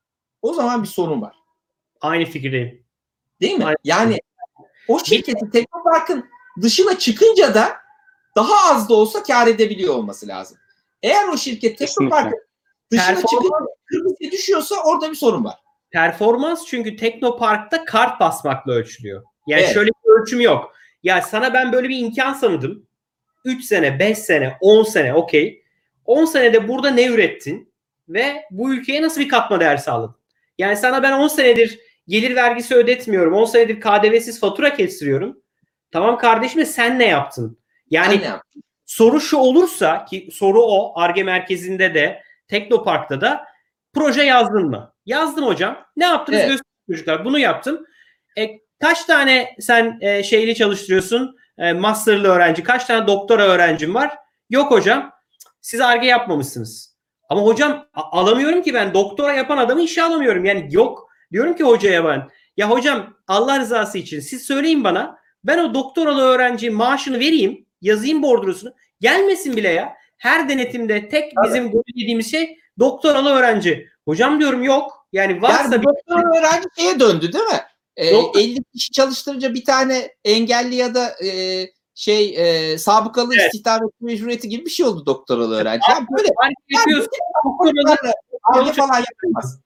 o zaman bir sorun var. Aynı fikirdeyim. Değil mi? Aynen. Yani o şirketin Teknopark'ın dışına çıkınca da daha az da olsa kar edebiliyor olması lazım. Eğer o şirket Teknopark'ın dışına çıkınca kırmızıya düşüyorsa orada bir sorun var. Performans çünkü Teknopark'ta kart basmakla ölçülüyor. Yani Evet. şöyle bir ölçüm yok. Ya sana ben böyle bir imkan tanıdım. üç sene, beş sene, on sene okey. on senede burada ne ürettin ve bu ülkeye nasıl bir katma değer sağladın? Yani sana ben on senedir gelir vergisi ödetmiyorum. on senedir K D V'siz fatura kestiriyorum. Tamam kardeşim de sen ne yaptın? Yani Ben ne yaptım? soru şu olursa, ki soru o, Ar-Ge merkezinde de Teknopark'ta da proje yazdın mı? Yazdım hocam. Ne yaptınız? Evet. Gösterin çocuklar. Bunu yaptım. E, kaç tane sen e, şeyli çalıştırıyorsun? E, masterlı öğrenci. Kaç tane doktora öğrencim var? Yok hocam. Siz Ar-Ge yapmamışsınız. Ama hocam a- alamıyorum ki ben. Doktora yapan adamı işe alamıyorum. Yani yok. Diyorum ki hocaya ben. Ya hocam Allah rızası için siz söyleyin bana. Ben o doktoralı öğrenci maaşını vereyim. Yazayım bordrosunu. Gelmesin bile ya. Her denetimde tek bizim golü dediğimiz şey doktoralı öğrenci. Hocam diyorum yok. Yani varsa Yani bir... doktor öğrenci şeye döndü değil mi? Ee, Doktor- elli kişi çalıştırınca bir tane engelli ya da e, şey e, sabıkalı Evet. istihdam etme mecburiyeti gibi bir şey oldu doktoralı öğrenci. Yani böyle Hani yapıyorsun. Doktoralı Ar-Ge falan yapamaz.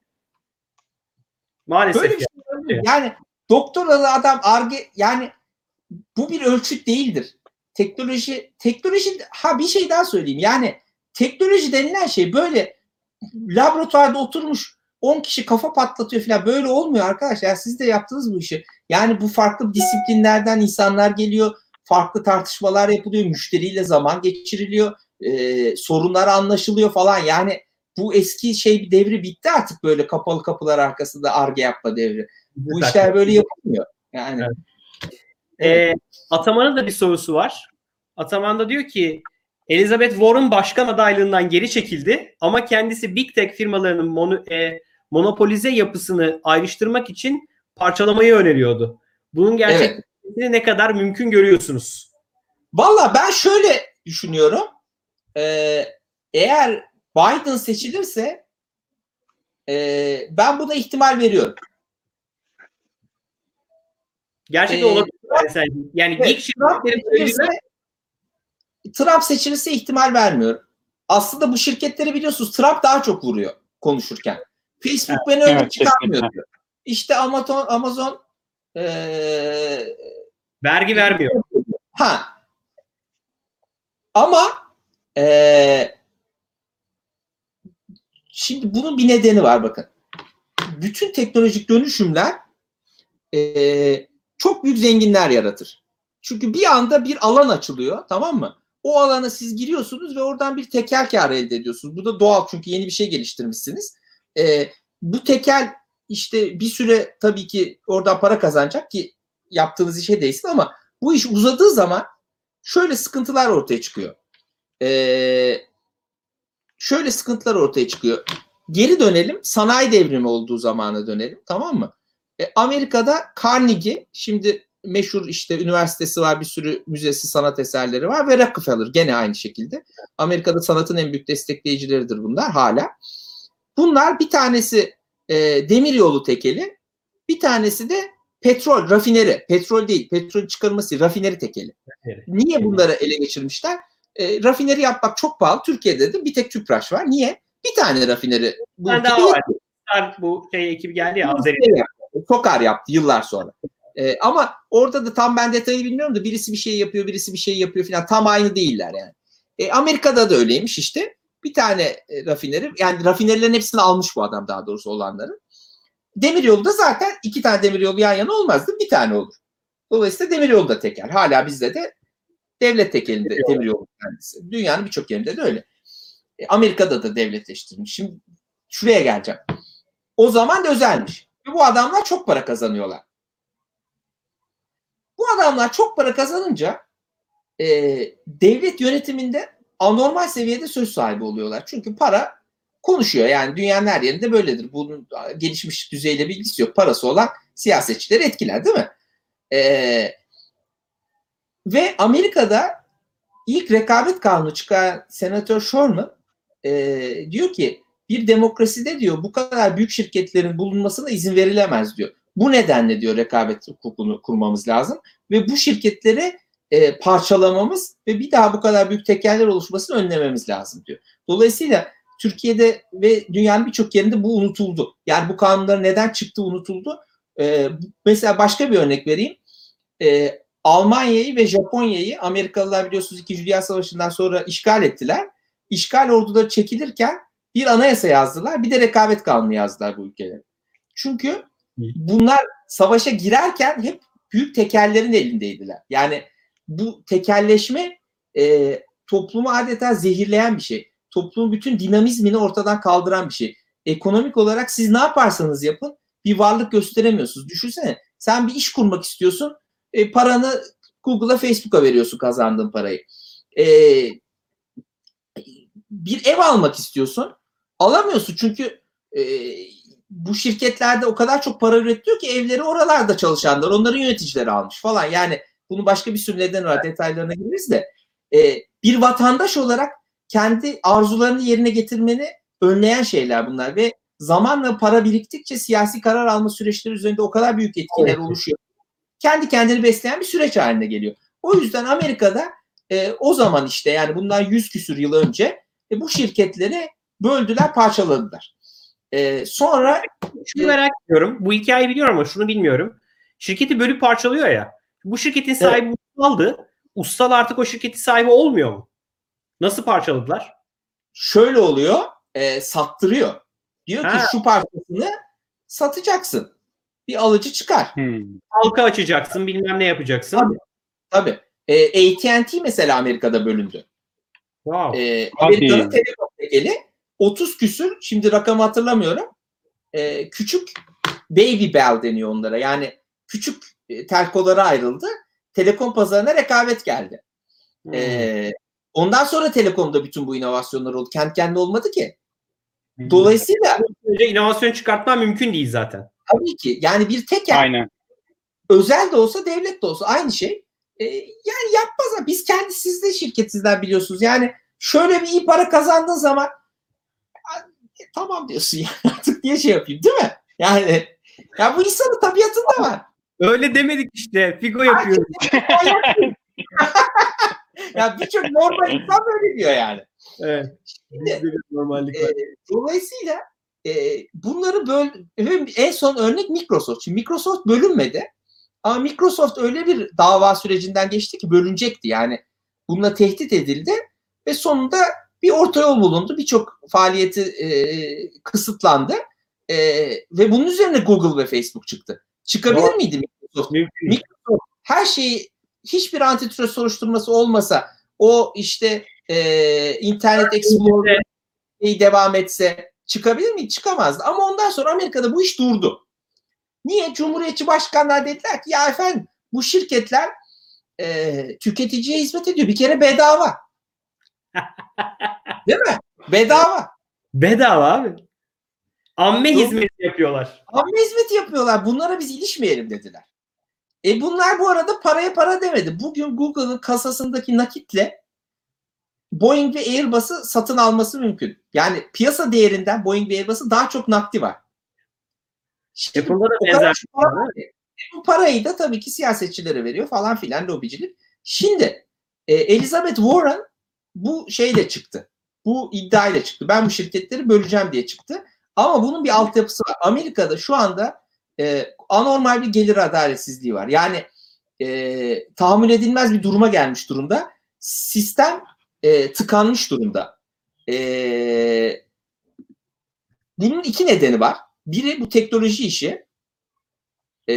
maalesef. Böyle bir şey olabilir. Yani doktoralı adam Ar-Ge, yani bu bir ölçüt değildir. Teknoloji, teknoloji ha bir şey daha söyleyeyim. Yani teknoloji denilen şey böyle laboratuvarda oturmuş on kişi kafa patlatıyor falan, böyle olmuyor arkadaşlar. Yani siz de yaptınız bu işi. Yani bu farklı disiplinlerden insanlar geliyor. Farklı tartışmalar yapılıyor. Müşteriyle zaman geçiriliyor. E, sorunlar anlaşılıyor falan. Yani bu eski şey devri bitti artık, böyle kapalı kapılar arkasında Ar-Ge yapma devri. Bu işler böyle yapılmıyor. Yani evet. Evet. Ee, Ataman'ın da bir sorusu var. Ataman da diyor ki Elizabeth Warren başkan adaylığından geri çekildi ama kendisi Big Tech firmalarının mono, e, monopolize yapısını ayrıştırmak için parçalamayı öneriyordu. Bunun gerçek Evet. ne kadar mümkün görüyorsunuz? Valla ben şöyle düşünüyorum. Ee, eğer Biden seçilirse e, ben buna ihtimal veriyorum. Gerçekten Ee, olabilir. Mesela. Yani evet, ilk şirketlerin söylediğinden Trump seçilirse ihtimal vermiyorum. Aslında bu şirketleri biliyorsunuz Trump daha çok vuruyor konuşurken. Facebook Evet, beni öyle evet, çıkarmıyor kesinlikle. diyor. İşte Amazon, Amazon ee, vergi vermiyor. ha ama ee, şimdi bunun bir nedeni var bakın. Bütün teknolojik dönüşümler ee, çok büyük zenginler yaratır. Çünkü bir anda bir alan açılıyor, tamam mı? O alana siz giriyorsunuz ve oradan bir tekel kârı elde ediyorsunuz. Bu da doğal çünkü yeni bir şey geliştirmişsiniz. Ee, bu tekel işte bir süre tabii ki oradan para kazanacak ki yaptığınız işe değsin ama bu iş uzadığı zaman şöyle sıkıntılar ortaya çıkıyor. Ee, şöyle sıkıntılar ortaya çıkıyor. Geri dönelim, sanayi devrimi olduğu zamana dönelim, tamam mı? E, Amerika'da Carnegie, şimdi meşhur işte üniversitesi var, bir sürü müzesi, sanat eserleri var ve Rockefeller gene aynı şekilde. Amerika'da sanatın en büyük destekleyicileridir bunlar hala. Bunlar bir tanesi e, demiryolu tekeli, bir tanesi de petrol, rafineri. Petrol değil, petrol çıkarılması, rafineri tekeli. Evet. Niye bunları ele geçirmişler? E, rafineri yapmak çok pahalı. Türkiye'de de bir tek Tüpraş var. Niye? Bir tane rafineri bu Ben ülkede daha var. yetmiyor. Bu şey ekibi geldi ya. Azeri. Sokar yaptı yıllar sonra. Ee, ama orada da tam ben detayı bilmiyorum da birisi bir şey yapıyor, birisi bir şey yapıyor falan. Tam aynı değiller yani. E, Amerika'da da öyleymiş işte. Bir tane e, rafineri, yani rafinerilerin hepsini almış bu adam daha doğrusu olanların. Demiryolu da zaten iki tane demiryolu yan yana olmazdı. Bir tane olur. Dolayısıyla demiryolu da tekel. Hala bizde de devlet tekelinde demiryolu kendisi. Dünyanın birçok yerinde de öyle. E, Amerika'da da devletleştirilmiş. Şimdi şuraya geleceğim. O zaman da özelmiş. Ve bu adamlar çok para kazanıyorlar. Bu adamlar çok para kazanınca e, devlet yönetiminde anormal seviyede söz sahibi oluyorlar. Çünkü para konuşuyor. Yani dünyanın her yerinde böyledir. Bunun gelişmiş düzeyle bilgisi yok. Parası olan siyasetçileri etkiler, değil mi? E, ve Amerika'da ilk rekabet kanunu çıkan Senatör Sherman e, diyor ki bir demokraside diyor bu kadar büyük şirketlerin bulunmasına izin verilemez diyor. Bu nedenle diyor rekabet hukukunu kurmamız lazım ve bu şirketleri e, parçalamamız ve bir daha bu kadar büyük tekeller oluşmasını önlememiz lazım diyor. Dolayısıyla Türkiye'de ve dünyanın birçok yerinde bu unutuldu. Yani bu kanunların neden çıktığı unutuldu. E, mesela başka bir örnek vereyim. E, Almanya'yı ve Japonya'yı Amerikalılar biliyorsunuz İkinci Dünya Savaşı'ndan sonra işgal ettiler. İşgal orduları çekilirken bir anayasa yazdılar, bir de rekabet kanunu yazdılar bu ülkelere. Çünkü bunlar savaşa girerken hep büyük tekellerin elindeydiler. Yani bu tekelleşme e, toplumu adeta zehirleyen bir şey. Toplumun bütün dinamizmini ortadan kaldıran bir şey. Ekonomik olarak siz ne yaparsanız yapın bir varlık gösteremiyorsunuz. Düşünsene sen bir iş kurmak istiyorsun. E, paranı Google'a, Facebook'a veriyorsun kazandığın parayı. E, bir ev almak istiyorsun. Alamıyorsun çünkü e, bu şirketlerde o kadar çok para üretiyor ki evleri oralarda çalışanlar, onların yöneticileri almış falan. Yani bunun başka bir sürü nedeni var. Detaylarına gireriz de. E, bir vatandaş olarak kendi arzularını yerine getirmeni önleyen şeyler bunlar ve zamanla para biriktikçe siyasi karar alma süreçleri üzerinde o kadar büyük etkiler evet. oluşuyor. Kendi kendini besleyen bir süreç haline geliyor. O yüzden Amerika'da e, o zaman işte yani bundan yüz küsür yıl önce e, bu şirketleri böldüler, parçaladılar. E, sonra şunu merak ediyorum. Bu hikayeyi biliyorum ama şunu bilmiyorum. Şirketi bölüp parçalıyor ya. Bu şirketin sahibi evet. Ustal'dı. Ustal artık o şirketin sahibi olmuyor mu? Nasıl parçaladılar? Şöyle oluyor. E, sattırıyor. Diyor ha. ki şu parçasını satacaksın. Bir alıcı çıkar. Hmm. Halka açacaksın, bilmem ne yapacaksın. Tabii. Tabii. E, A T and T mesela Amerika'da bölündü. Wow. E, Amerika'nın telekom tekeli otuz küsür, şimdi rakamı hatırlamıyorum. E, küçük baby bell deniyor onlara. Yani küçük e, telkolara ayrıldı. Telekom pazarına rekabet geldi. Hmm. E, ondan sonra telekomda bütün bu inovasyonlar oldu. Kendi kendine olmadı ki. Hmm. Dolayısıyla önce inovasyon çıkartma mümkün değil zaten. Tabii ki. Yani bir tekel. Aynen. özel de olsa devlet de olsa aynı şey. E, yani yapmaz. Biz kendi siz de şirket sizden biliyorsunuz. Yani şöyle bir iyi para kazandığın zaman e, tamam diyorsun yani artık niye şey yapayım değil mi? Yani ya bu insanın tabiatında var. Öyle demedik işte. Figo yapıyoruz. Ya birçok normal insan böyle diyor yani. Evet. Bizde bir normallik var. E, dolayısıyla e, bunları böl en son örnek Microsoft. Şimdi Microsoft bölünmedi. Ama Microsoft öyle bir dava sürecinden geçti ki bölünecekti. Yani bununla tehdit edildi ve sonunda bir orta yol bulundu. Birçok faaliyeti e, kısıtlandı. E, ve bunun üzerine Google ve Facebook çıktı. Çıkabilir Doğru. miydi Microsoft? Mümkün. Microsoft her şeyi hiçbir antitrust soruşturması olmasa o işte e, Internet Explorer devam etse çıkabilir miydi? Çıkamazdı. Ama ondan sonra Amerika'da bu iş durdu. Niye? Cumhuriyetçi başkanlar dediler ki ya efendim bu şirketler e, tüketiciye hizmet ediyor. Bir kere bedava. Değil mi? Bedava. Bedava abi. Amme Doğru. hizmeti yapıyorlar. Amme hizmeti yapıyorlar. Bunlara biz ilişmeyelim dediler. E bunlar bu arada paraya para demedi. Bugün Google'ın kasasındaki nakitle Boeing ve Airbus'u satın alması mümkün. Yani piyasa değerinden Boeing ve Airbus'un daha çok nakdi var. Şimdi, Apple'da da o benzer kadar bir para şey var ki, bu parayı da tabii ki siyasetçilere veriyor falan filan lobicilik. Şimdi e, Elizabeth Warren bu şeyle çıktı. Bu iddiayla çıktı. Ben bu şirketleri böleceğim diye çıktı. Ama bunun bir altyapısı var. Amerika'da şu anda e, anormal bir gelir adaletsizliği var. Yani e, tahammül edilmez bir duruma gelmiş durumda. Sistem e, tıkanmış durumda. E, bunun iki nedeni var. Biri bu teknoloji işi. E,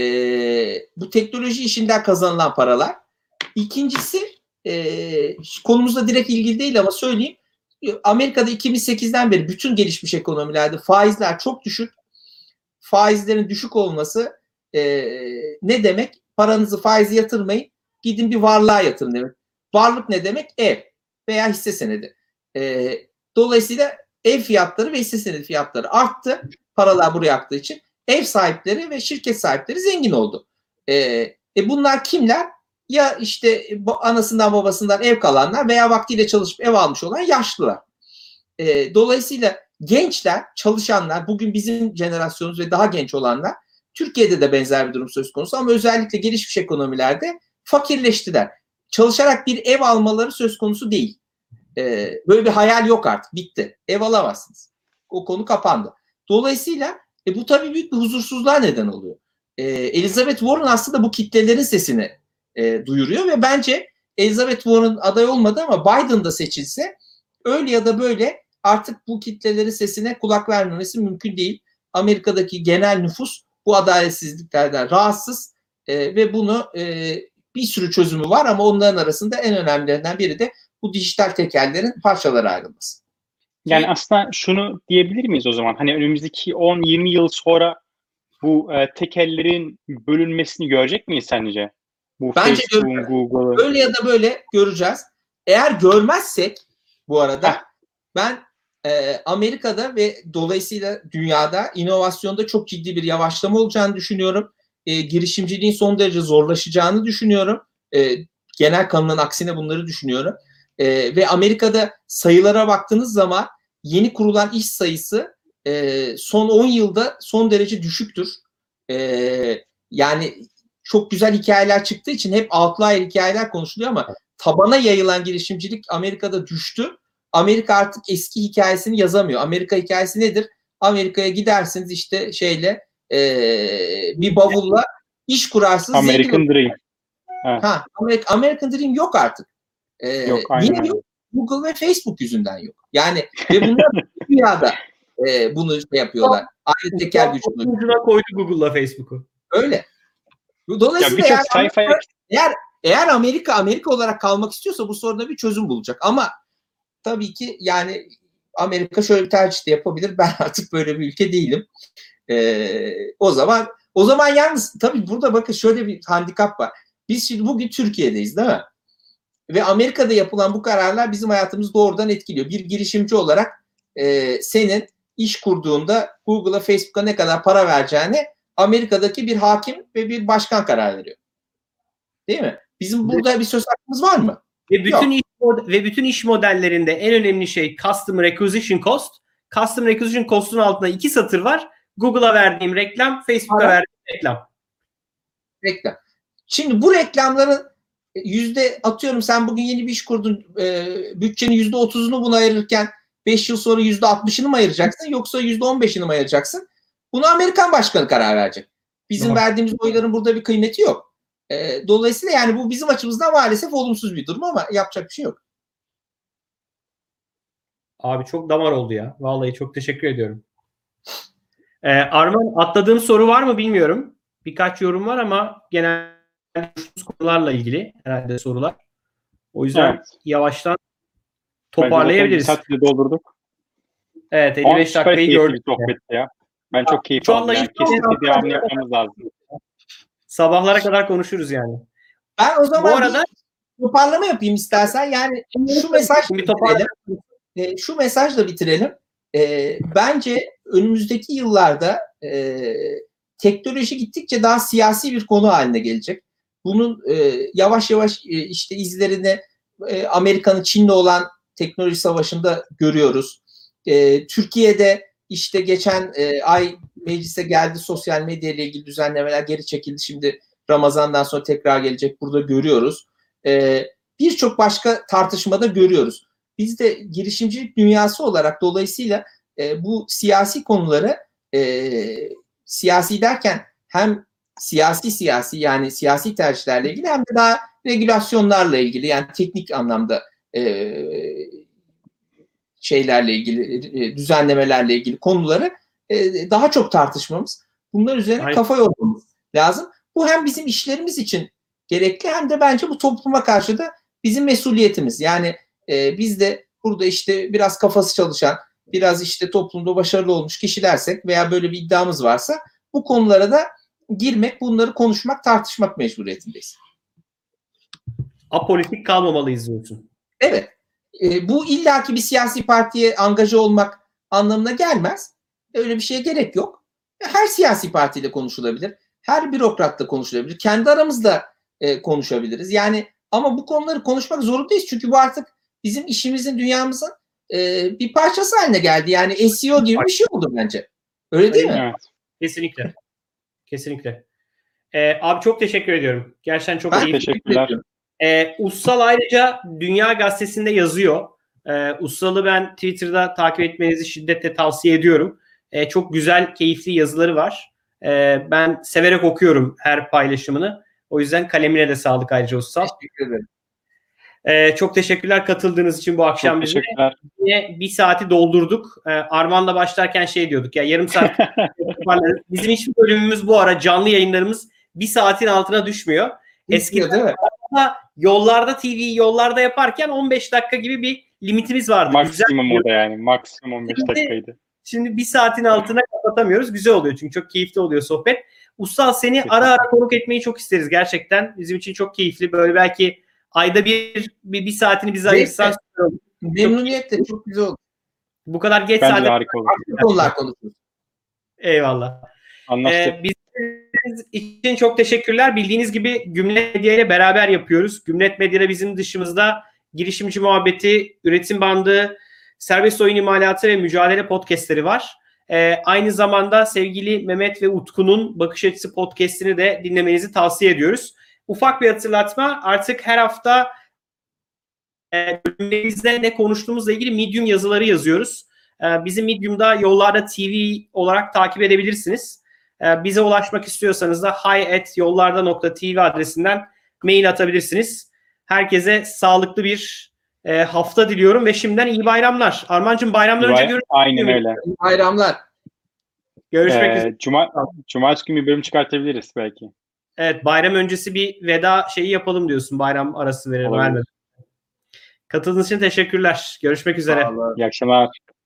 bu teknoloji işinden kazanılan paralar. İkincisi e, konumuzla direkt ilgili değil ama söyleyeyim. Amerika'da iki bin sekizden beri bütün gelişmiş ekonomilerde faizler çok düşük. Faizlerin düşük olması e, ne demek? Paranızı faize yatırmayın. Gidin bir varlığa yatırın demek. Varlık ne demek? Ev veya hisse senedi. E, dolayısıyla ev fiyatları ve hisse senedi fiyatları arttı. Paralar buraya aktığı için. Ev sahipleri ve şirket sahipleri zengin oldu. E, e bunlar kimler? Ya işte anasından babasından ev kalanlar veya vaktiyle çalışıp ev almış olan yaşlılar. E, dolayısıyla gençler, çalışanlar, bugün bizim jenerasyonumuz ve daha genç olanlar, Türkiye'de de benzer bir durum söz konusu ama özellikle gelişmiş ekonomilerde fakirleştiler. Çalışarak bir ev almaları söz konusu değil. E, böyle bir hayal yok artık, bitti. Ev alamazsınız. O konu kapandı. Dolayısıyla e, bu tabii büyük bir huzursuzluğa neden oluyor. E, Elizabeth Warren aslında bu kitlelerin sesini e, duyuruyor ve bence Elizabeth Warren aday olmadı ama Biden da seçilse öyle ya da böyle artık bu kitlelerin sesine kulak vermemesi mümkün değil. Amerika'daki genel nüfus bu adaletsizliklerden rahatsız e, ve bunu e, bir sürü çözümü var ama onların arasında en önemlilerinden biri de bu dijital tekellerin parçalara ayrılması. Yani aslında şunu diyebilir miyiz o zaman? Hani önümüzdeki on yirmi yıl sonra bu e, tekellerin bölünmesini görecek miyiz sence? Bu Bence Facebook'un, Google'ın. Öyle ya da böyle göreceğiz. Eğer görmezsek bu arada Heh. ben e, Amerika'da ve dolayısıyla dünyada inovasyonda çok ciddi bir yavaşlama olacağını düşünüyorum. E, girişimciliğin son derece zorlaşacağını düşünüyorum. E, genel kanunun aksine bunları düşünüyorum. E, ve Amerika'da sayılara baktığınız zaman yeni kurulan iş sayısı e, son on yılda son derece düşüktür. E, yani çok güzel hikayeler çıktığı için hep outlier hikayeler konuşuluyor ama tabana yayılan girişimcilik Amerika'da düştü. Amerika artık eski hikayesini yazamıyor. Amerika hikayesi nedir? Amerika'ya gidersiniz işte şeyle e, bir bavulla iş kurarsınız. American Dream. Evet. Ha, American, American Dream yok artık. E, yok, aynen. niye yok? Google ve Facebook yüzünden yok. Yani ve bunlar dünyada e, bunu şey yapıyorlar. Aynı tekel gücünü. Ucuna koydu Google'la Facebook'u. Öyle. Dolayısıyla ya yani sayfaya... Amerika, eğer eğer Amerika Amerika olarak kalmak istiyorsa bu soruna bir çözüm bulacak. Ama tabii ki yani Amerika şöyle bir tercih de yapabilir. Ben artık böyle bir ülke değilim. Ee, o zaman o zaman yalnız tabii burada bakın şöyle bir handikap var. Biz şimdi bugün Türkiye'deyiz değil mi? Ve Amerika'da yapılan bu kararlar bizim hayatımızı doğrudan etkiliyor. Bir girişimci olarak e, senin iş kurduğunda Google'a, Facebook'a ne kadar para vereceğini Amerika'daki bir hakim ve bir başkan karar veriyor. Değil mi? Bizim burada bir söz hakkımız var mı? Ve bütün iş ve bütün iş modellerinde en önemli şey Customer Acquisition Cost. Customer Acquisition Cost'un altında iki satır var. Google'a verdiğim reklam, Facebook'a Ara. verdiğim reklam. Reklam. Şimdi bu reklamların yüzde atıyorum sen bugün yeni bir iş kurdun, e, bütçenin yüzde otuzunu buna ayırırken beş yıl sonra yüzde altmışını mı ayıracaksın yoksa yüzde on beşini mi ayıracaksın? Bunu Amerikan başkanı karar verecek. Bizim Doğru. verdiğimiz oyların burada bir kıymeti yok. E, dolayısıyla yani bu bizim açımızdan maalesef olumsuz bir durum ama yapacak bir şey yok. Abi çok damar oldu ya. Vallahi çok teşekkür ediyorum. Ee, Arman, atladığım soru var mı bilmiyorum. Birkaç yorum var ama genelde konularla ilgili herhalde sorular. O yüzden Evet. yavaştan Bence toparlayabiliriz. zaten bir saat bile doldurduk. Evet, Ama elli beş süper dakikayı keyifli gördük. bir sohbetti ya. Ben çok keyif Vallahi aldım yani. çok- Kesinlikle devamlı yapmamız lazım. Sabahlara kadar konuşuruz yani. Ben o zaman Bu arada bir toparlama yapayım istersen. Yani şu mesaj bir toparlayalım. e, şu mesajla bitirelim. E, bence önümüzdeki yıllarda e, teknoloji gittikçe daha siyasi bir konu haline gelecek. Bunun e, yavaş yavaş e, işte izlerini e, Amerika'nın Çin'le olan teknoloji savaşında görüyoruz. E, Türkiye'de işte geçen e, ay meclise geldi, sosyal medya ile ilgili düzenlemeler geri çekildi. Şimdi Ramazan'dan sonra tekrar gelecek. Burada görüyoruz. E, Birçok başka tartışmada görüyoruz. Biz de girişimcilik dünyası olarak dolayısıyla e, bu siyasi konuları e, siyasi derken hem siyasi siyasi yani siyasi tercihlerle ilgili hem de daha regülasyonlarla ilgili yani teknik anlamda e, şeylerle ilgili e, düzenlemelerle ilgili konuları e, daha çok tartışmamız, bunlar üzerine Aynen. kafa yormamız lazım. Bu hem bizim işlerimiz için gerekli hem de bence bu topluma karşı da bizim mesuliyetimiz. Yani e, biz de burada işte biraz kafası çalışan, biraz işte toplumda başarılı olmuş kişilersek veya böyle bir iddiamız varsa bu konulara da girmek, bunları konuşmak, tartışmak mecburiyetindeyiz. Apolitik kalmamalıyız diyorsun. Evet. E, bu illaki bir siyasi partiye angaja olmak anlamına gelmez. Öyle bir şeye gerek yok. Her siyasi partiyle konuşulabilir. Her bürokratla konuşulabilir. Kendi aramızda e, konuşabiliriz. Yani ama bu konuları konuşmak zorundayız. Çünkü bu artık bizim işimizin, dünyamızın e, bir parçası haline geldi. Yani S E O gibi bir şey oldu bence. Öyle değil mi? Evet. Kesinlikle. Kesinlikle. Ee, abi çok teşekkür ediyorum. Gerçekten çok Ben keyifli. Teşekkürler. Ee, Ussal ayrıca Dünya Gazetesi'nde yazıyor. Ee, Ussal'ı ben Twitter'da takip etmenizi şiddetle tavsiye ediyorum. Ee, çok güzel, keyifli yazıları var. Ee, ben severek okuyorum her paylaşımını. O yüzden kalemine de sağlık ayrıca Ussal. Teşekkür ederim. Ee, çok teşekkürler katıldığınız için bu akşam Çok bize. teşekkürler. Yine bir saati doldurduk. Ee, Arman'la başlarken şey diyorduk ya yarım saat toparlarız. Bizim hiçbir bölümümüz bu ara canlı yayınlarımız bir saatin altına düşmüyor. Eskiden Değil mi? yollarda T V yollarda yaparken on beş dakika gibi bir limitimiz vardı. Maksimum Güzel. o da yani. Maksimum on beş Şimdi- dakikaydı. Şimdi bir saatin altına kapatamıyoruz. Güzel oluyor çünkü çok keyifli oluyor sohbet. Usta seni Kesinlikle. ara ara konuk etmeyi çok isteriz gerçekten. Bizim için çok keyifli. Böyle belki ayda bir bir, bir saatini bize ayırsan. Memnuniyetle çok güzel oldu. Bu kadar geç Bence de saate. harika olur. Farklı konular konuşuruz. Eyvallah. Anlaştık. Ee, bizim için çok teşekkürler. Bildiğiniz gibi Gümlet Medya ile beraber yapıyoruz. Gümlet Medya'da bizim dışımızda girişimci muhabbeti, üretim bandı, serbest oyun imalatı ve mücadele podcastleri var. Ee, aynı zamanda sevgili Mehmet ve Utku'nun Bakış Açısı podcastini de dinlemenizi tavsiye ediyoruz. Ufak bir hatırlatma, artık her hafta e, bölümlerimizde ne konuştuğumuzla ilgili Medium yazıları yazıyoruz. E, bizim Medium'da Yollarda T V olarak takip edebilirsiniz. E, bize ulaşmak istiyorsanız da hi at yollarda nokta tv adresinden mail atabilirsiniz. Herkese sağlıklı bir e, hafta diliyorum ve şimdiden iyi bayramlar. Armancığım bayramdan önce görüşmek Aynen öyle. İyi bayramlar. Görüşmek Ee, üzere. Cuma, Cumartesi günü bir bölüm çıkartabiliriz belki. Evet, bayram öncesi bir veda şeyi yapalım diyorsun. Bayram arası verelim. Olabilir. Katıldığınız için teşekkürler. Görüşmek üzere. Sağ olun. İyi akşamlar.